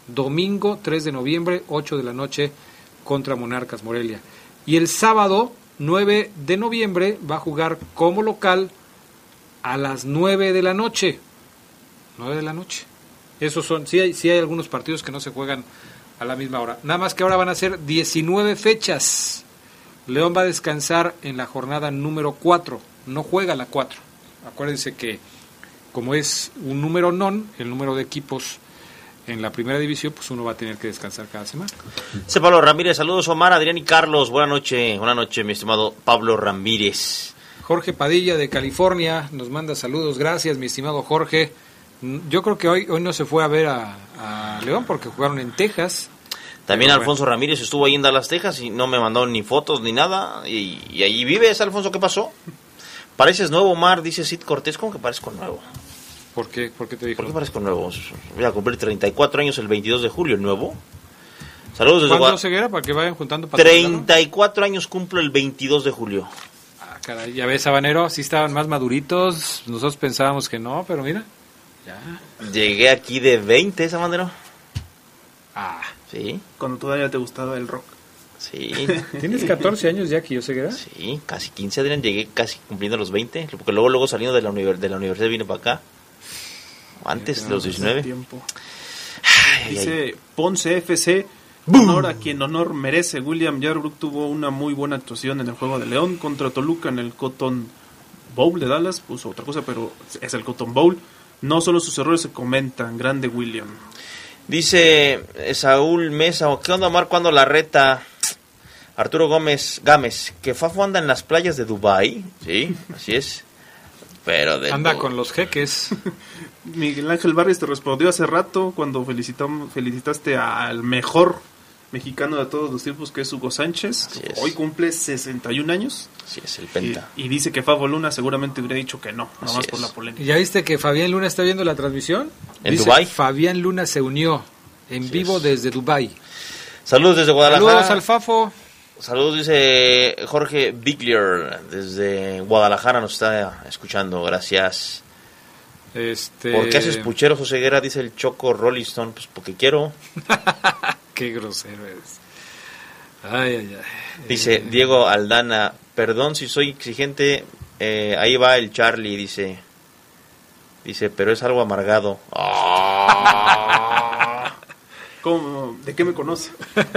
Domingo tres de noviembre, ocho de la noche, contra Monarcas Morelia. Y el sábado nueve de noviembre va a jugar como local a las nueve de la noche. nueve de la noche. Esos son, sí hay, sí hay algunos partidos que no se juegan a la misma hora. Nada más que ahora van a ser diecinueve fechas. León va a descansar en la jornada número cuatro. No juega la cuatro. Acuérdense que como es un número non, el número de equipos en la primera división, pues uno va a tener que descansar cada semana. Ese Pablo Ramírez, saludos Omar, Adrián y Carlos, buenas noches, buenas noches mi estimado Pablo Ramírez. Jorge Padilla de California nos manda saludos, gracias mi estimado Jorge. Yo creo que hoy hoy no se fue a ver a, a León porque jugaron en Texas. También Pero Alfonso bueno. Ramírez estuvo ahí en Dallas, Texas y no me mandaron ni fotos ni nada. Y, y ahí vives, Alfonso, ¿qué pasó? Pareces nuevo, Omar, dice Sid Cortés, ¿cómo que parezco nuevo? ¿Por qué? ¿Por qué te dijo? ¿Por qué parezco nuevo? Voy a cumplir treinta y cuatro años el veintidós de julio, ¿nuevo? Saludos desde ¿Cuándo, Guadalajara. Ceguera? Para que vayan juntando. treinta y cuatro años cumplo el veintidós de julio. Ah, caray, ya ves, Habanero, sí estaban más maduritos. Nosotros pensábamos que no, pero mira, ya. Llegué aquí de veinte, Sabanero. Ah. Sí. Cuando todavía te gustaba el rock. Sí. ¿Tienes catorce años ya, que yo Ceguera? Sí, casi quince, Adrián. Llegué casi cumpliendo los veinte. Porque luego, luego saliendo de la, univers- de la universidad vine para acá. Antes de los diecinueve. Tiempo. Ay, Dice ay. Ponce F C, honor a quien honor merece. William Yarbrough tuvo una muy buena actuación en el juego de León contra Toluca en el Cotton Bowl de Dallas. Puso otra cosa, pero es el Cotton Bowl. No solo sus errores se comentan. Grande William. Dice eh, Saúl Mesa, ¿qué onda, Omar? ¿Cuándo la reta? Arturo Gómez Gámez, que Fafo anda en las playas de Dubái. Sí, así es. Pero de Anda du- con los jeques. Miguel Ángel Barrios te respondió hace rato cuando felicitamos, felicitaste al mejor mexicano de todos los tiempos, que es Hugo Sánchez. Hoy cumple sesenta y un años. Así es, el penta. Y, y dice que Fabo Luna seguramente hubiera dicho que no, nada más por la polémica. ¿Ya viste que Fabián Luna está viendo la transmisión? ¿En Dice, Dubái? Fabián Luna se unió en vivo desde Dubái. Saludos desde Guadalajara. Saludos al Fafo. Saludos, dice Jorge Biglier, desde Guadalajara nos está escuchando, gracias. Este... ¿Por qué haces puchero, José Guerra? Dice el Choco Rolling Stone. Pues porque quiero. Qué grosero eres. Ay, ay, ay. Dice Eh, Diego Aldana, perdón si soy exigente, eh, ahí va el Charlie, dice. Dice, pero es algo amargado. ¿Cómo? ¿De qué me conoce?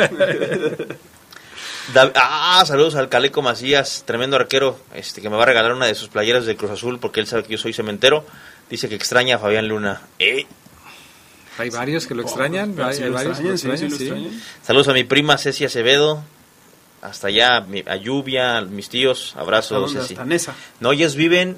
Da- ah, saludos al Caleco Macías, tremendo arquero, este que me va a regalar una de sus playeras de Cruz Azul porque él sabe que yo soy cementero. Dice que extraña a Fabián Luna. ¿Eh? Hay varios que lo extrañan. pero hay, sí hay lo varios que lo extrañan, sí, extrañan, sí lo sí. extrañan. Saludos a mi prima Ceci Acevedo. Hasta allá, a, mi- a Lluvia, a mis tíos. Abrazos, ¿A dónde? Ceci. Hasta Nesa. No, ellos viven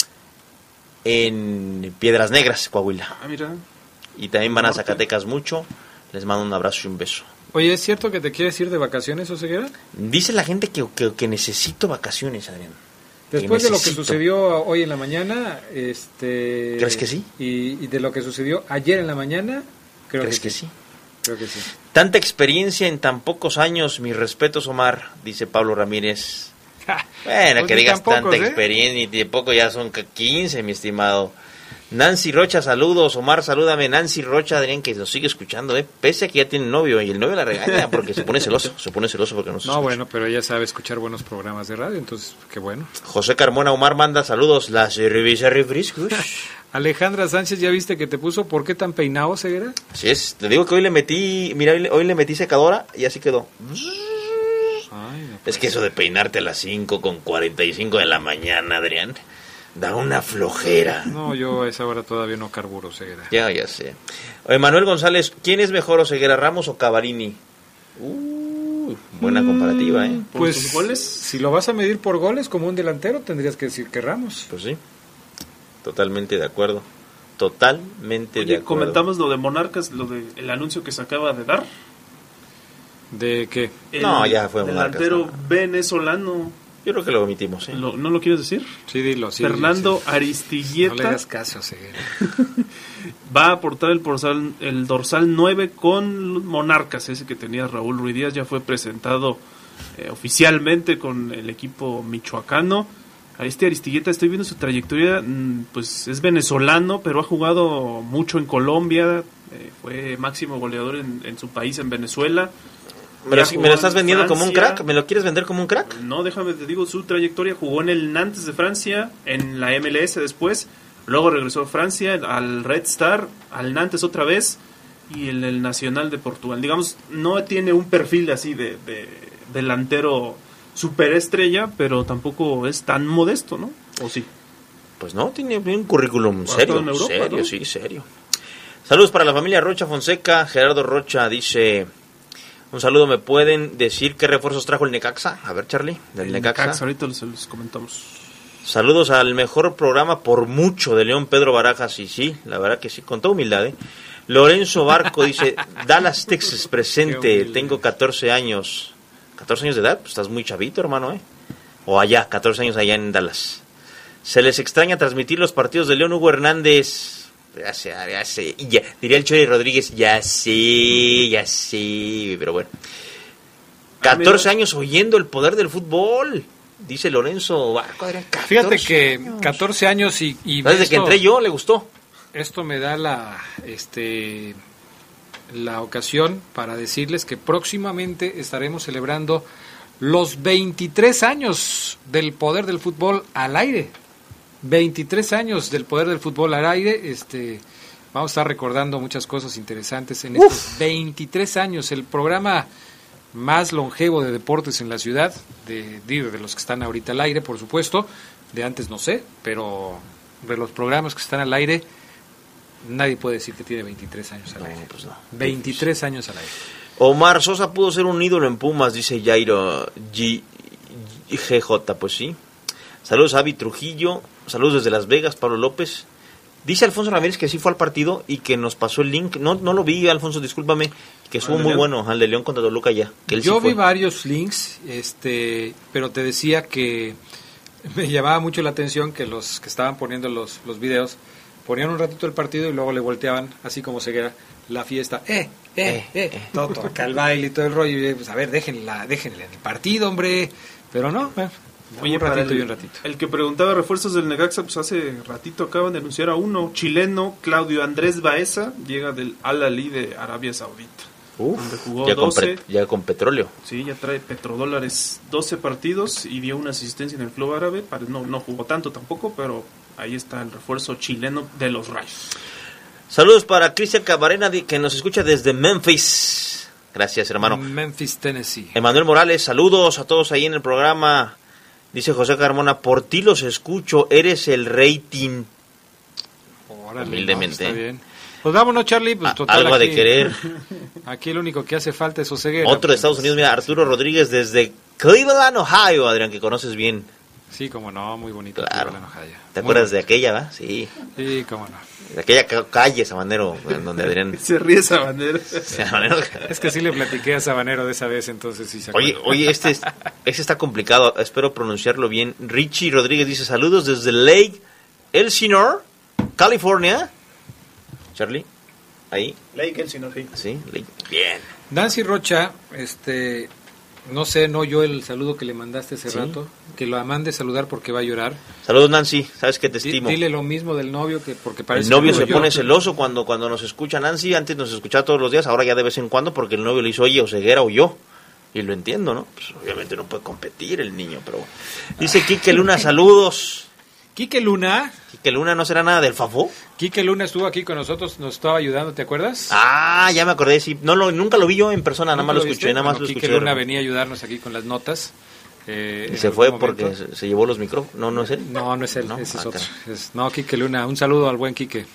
en Piedras Negras, Coahuila. Ah, mira. Y también van a Norte. Zacatecas mucho. Les mando un abrazo y un beso. Oye, ¿es cierto que te quieres ir de vacaciones, Oseguera? Dice la gente que, que, que necesito vacaciones, Adrián. Después de lo que necesito. sucedió hoy en la mañana, este... ¿Crees que sí? Y, y de lo que sucedió ayer en la mañana, creo ¿Crees que, que sí? Creo que sí. Tanta experiencia en tan pocos años, mis respetos, Omar, dice Pablo Ramírez. Bueno, Pues que ni digas tan pocos, tanta ¿eh? experiencia, y de poco ya son quince, mi estimado. Nancy Rocha, saludos. Omar, salúdame. Nancy Rocha, Adrián, que nos sigue escuchando, ¿eh? Pese a que ya tiene novio, y el novio la regaña porque se pone celoso, se pone celoso porque no se No, escucha. bueno, pero ella sabe escuchar buenos programas de radio, entonces, qué bueno. José Carmona, Omar manda saludos. La cerveza refrescos. Alejandra Sánchez, ¿ya viste que te puso por qué tan peinado, Ceguera? Así es, te digo que hoy le metí, mira, hoy le- hoy le metí secadora y así quedó. Ay, no, Es que eso de peinarte a las cinco con cuarenta y cinco de la mañana, Adrián, da una flojera. no, yo a esa hora todavía no carburo, Ceguera. Ya, ya sé. Oye, Manuel González, ¿quién es mejor, Oseguera, Ramos o Cavarini? Uh, buena comparativa, ¿eh? Pues, sus goles? si lo vas a medir por goles como un delantero, tendrías que decir que Ramos. Pues sí, totalmente de acuerdo. Totalmente de Oye, acuerdo. comentamos lo de Monarcas, lo de el anuncio que se acaba de dar. ¿De qué? El No, ya fue Monarcas, delantero no. venezolano. Yo creo que lo omitimos, ¿eh? Lo- ¿No lo quieres decir? Sí, dilo, sí. Fernando sí. Aristilleta No le hagas caso, Ceguera. va a aportar el dorsal, el dorsal nueve con Monarcas, ese que tenía Raúl Ruiz Díaz, ya fue presentado eh, oficialmente con el equipo michoacano. A este Aristilleta, estoy viendo su trayectoria, mm, pues es venezolano, pero ha jugado mucho en Colombia, eh, fue máximo goleador en, en su país, en Venezuela. ¿Me lo, ¿Me lo estás vendiendo Francia. como un crack? ¿Me lo quieres vender como un crack? No, déjame te digo su trayectoria. Jugó en el Nantes de Francia, en la M L S después, luego regresó a Francia, al Red Star, al Nantes otra vez y en el Nacional de Portugal. Digamos, no tiene un perfil así de, de delantero superestrella, pero tampoco es tan modesto, ¿no? ¿O sí? Pues no, tiene un currículum serio, en Europa, serio, ¿no? Sí, serio. Saludos para la familia Rocha Fonseca. Gerardo Rocha dice... Un saludo, ¿me pueden decir qué refuerzos trajo el Necaxa? A ver, Charlie, del el Necaxa. Necaxa. Ahorita les, les comentamos. Saludos al mejor programa por mucho de León Pedro Barajas. Y sí, la verdad que sí, con toda humildad, ¿eh? Lorenzo Barco dice, Dallas, Texas, presente, tengo catorce años. ¿catorce años de edad? Pues estás muy chavito, hermano, ¿eh? O allá, catorce años allá en Dallas. Se les extraña transmitir los partidos de León. Hugo Hernández... Ya sé, ya sé, ya, diría el Chori Rodríguez, ya sé, ya sé, pero bueno. catorce años oyendo el poder del fútbol, dice Lorenzo Barco. Fíjate que años. catorce años y... y Desde esto, que entré yo, le gustó. Esto me da la, este, la ocasión para decirles que próximamente estaremos celebrando los veintitrés años del poder del fútbol al aire. veintitrés años del poder del fútbol al aire. Este, vamos a estar recordando muchas cosas interesantes en Uf. estos veintitrés años. El programa más longevo de deportes en la ciudad, de, de, de los que están ahorita al aire, por supuesto. De antes no sé, pero de los programas que están al aire, nadie puede decir que tiene veintitrés años al no, aire. Pues no. veintitrés pues. años al aire. Omar Sosa pudo ser un ídolo en Pumas, dice Jairo G J. Pues sí. Saludos a Avi Trujillo. Saludos desde Las Vegas, Pablo López. Dice Alfonso Ramírez que sí fue al partido y que nos pasó el link. No no lo vi, Alfonso, discúlpame. Que estuvo muy bueno, al de León contra Toluca ya. Que él Yo sí vi varios links, este, pero te decía que me llamaba mucho la atención que los que estaban poniendo los, los videos ponían un ratito el partido y luego le volteaban, así como Ceguera, la fiesta. ¡Eh, eh, eh! eh. Todo, todo acá el baile y todo el rollo. Y pues, a ver, déjenla, déjenle en el partido, hombre. Pero no, bueno. Oye, un ratito el, y un ratito. El que preguntaba refuerzos del Necaxa, pues hace ratito acaban de anunciar a uno, chileno, Claudio Andrés Baeza, llega del Al-Ahly de Arabia Saudita. Uf, donde jugó ya, doce, con pre, ya con petróleo. Sí, ya trae petrodólares, doce partidos y dio una asistencia en el club árabe. No, no jugó tanto tampoco, pero ahí está el refuerzo chileno de los Rayos. Saludos para Cristian Cabarena, que nos escucha desde Memphis. Gracias, hermano. Memphis, Tennessee. Emanuel Morales, saludos a todos ahí en el programa. Dice José Carmona, por ti los escucho, eres el rating. Órale, humildemente. No, está bien. Pues vámonos, Charlie. Pues, total, algo aquí, de querer. Aquí el único que hace falta es Oseguera. Otro de Estados Unidos, mira, Arturo Rodríguez desde Cleveland, Ohio, Adrián, que conoces bien. Sí, como no, muy bonito. Claro. Cleveland, Ohio. ¿Te muy acuerdas bonito. de aquella, va? Sí. Sí, cómo no. De aquella calle, Sabanero, en donde Adrián... Se ríe Sabanero. Sabanero. Es que sí le platiqué a Sabanero de esa vez, entonces sí se acuerda. Oye, oye, este, es, este está complicado, espero pronunciarlo bien. Richie Rodríguez dice, saludos desde Lake Elsinore, California. Charlie, ahí. Lake Elsinore, sí. Sí, Lake. Bien. Nancy Rocha, este... No sé, no yo el saludo que le mandaste hace ¿Sí? rato, que lo mande saludar porque va a llorar. Saludos, Nancy, sabes que te estimo. Dile lo mismo del novio, que porque parece el novio que se yo. pone celoso cuando cuando nos escucha Nancy, antes nos escuchaba todos los días, ahora ya de vez en cuando porque el novio le hizo, oye, Oseguera o yo. Y lo entiendo, ¿no? Pues obviamente no puede competir el niño, pero... Dice Quique Luna, saludos. Quique Luna. Quique Luna, ¿no será nada del Fafo? Quique Luna estuvo aquí con nosotros, nos estaba ayudando, ¿te acuerdas? Ah, ya me acordé, sí. No, lo, nunca lo vi yo en persona, nada más lo escuché, nada más bueno, lo Quique escuché. Quique Luna venía a ayudarnos aquí con las notas. Eh, y se fue porque se, se llevó los micrófonos. No, no es él. No, no es él, ¿no? Ese es ah, otro. Es, no, Quique Luna, un saludo al buen Quique.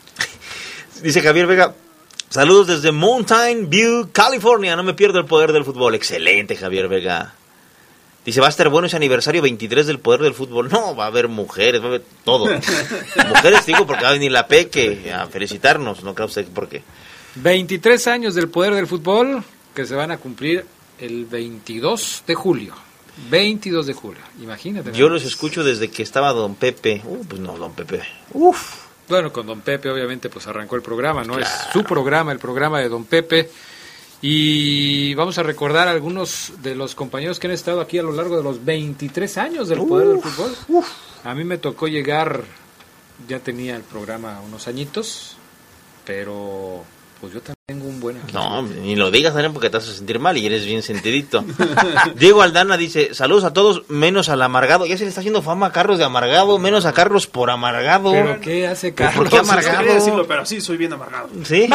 Dice Javier Vega, saludos desde Mountain View, California. No me pierdo el poder del fútbol. Excelente, Javier Vega. Dice, va a estar bueno ese aniversario veintitrés del poder del fútbol. No, va a haber mujeres, va a haber todo. Mujeres, digo, porque va a venir la Peque a felicitarnos. No creo usted por qué. veintitrés años del poder del fútbol que se van a cumplir el veintidós de julio. veintidós de julio, imagínate. Yo los escucho desde que estaba Don Pepe. Uh, pues no, Don Pepe. Uf. Bueno, con Don Pepe obviamente pues arrancó el programa, ¿no? Claro. Es su programa, el programa de Don Pepe. Y vamos a recordar a algunos de los compañeros que han estado aquí a lo largo de los veintitrés años del poder uf, del fútbol. Uf. A mí me tocó llegar, ya tenía el programa unos añitos, pero Pues yo también tengo un buen equipo. No, ni lo digas, Adrián, porque te vas a sentir mal y eres bien sentidito. Diego Aldana dice, saludos a todos, menos al amargado. Ya se le está haciendo fama a Carlos de amargado, menos a Carlos por amargado. ¿Pero qué hace Carlos? ¿Por qué amargado? No quería decirlo, pero sí, soy bien amargado. ¿Sí?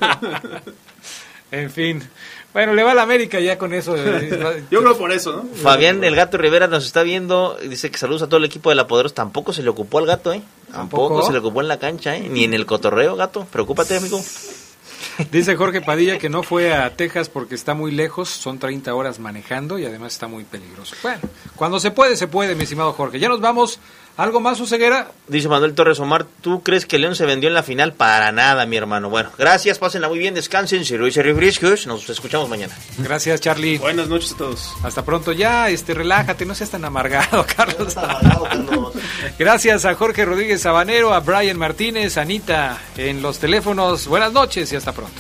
En fin. Bueno, le va a la América ya con eso. Yo creo por eso, ¿no? Fabián El Gato Rivera nos está viendo, dice que saludos a todo el equipo de La Poderosa. Tampoco se le ocupó al Gato, ¿eh? Tampoco, ¿Tampoco? se le ocupó en la cancha, ¿eh? Ni en el cotorreo, Gato. Preocúpate, amigo. Dice Jorge Padilla que no fue a Texas porque está muy lejos, son treinta horas manejando y además está muy peligroso. Bueno, cuando se puede, se puede, mi estimado Jorge. Ya nos vamos. ¿Algo más, Oseguera? Dice Manuel Torres Omar, ¿tú crees que León se vendió en la final? Para nada, mi hermano. Bueno, gracias, pásenla muy bien, descansen, se refrescos, nos escuchamos mañana. Gracias, Charlie. Buenas noches a todos. Hasta pronto ya, este, relájate, no seas tan amargado, Carlos. No amargado, Carlos. Gracias a Jorge Rodríguez Sabanero, a Brian Martínez, a Anita en los teléfonos. Buenas noches y hasta pronto.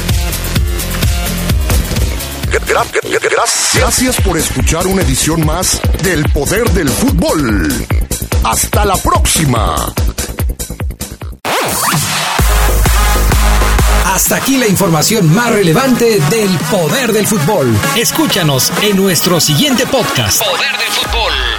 Gracias por escuchar una edición más del Poder del Fútbol. Hasta la próxima. Hasta aquí la información más relevante del Poder del Fútbol. Escúchanos en nuestro siguiente podcast. Poder del Fútbol.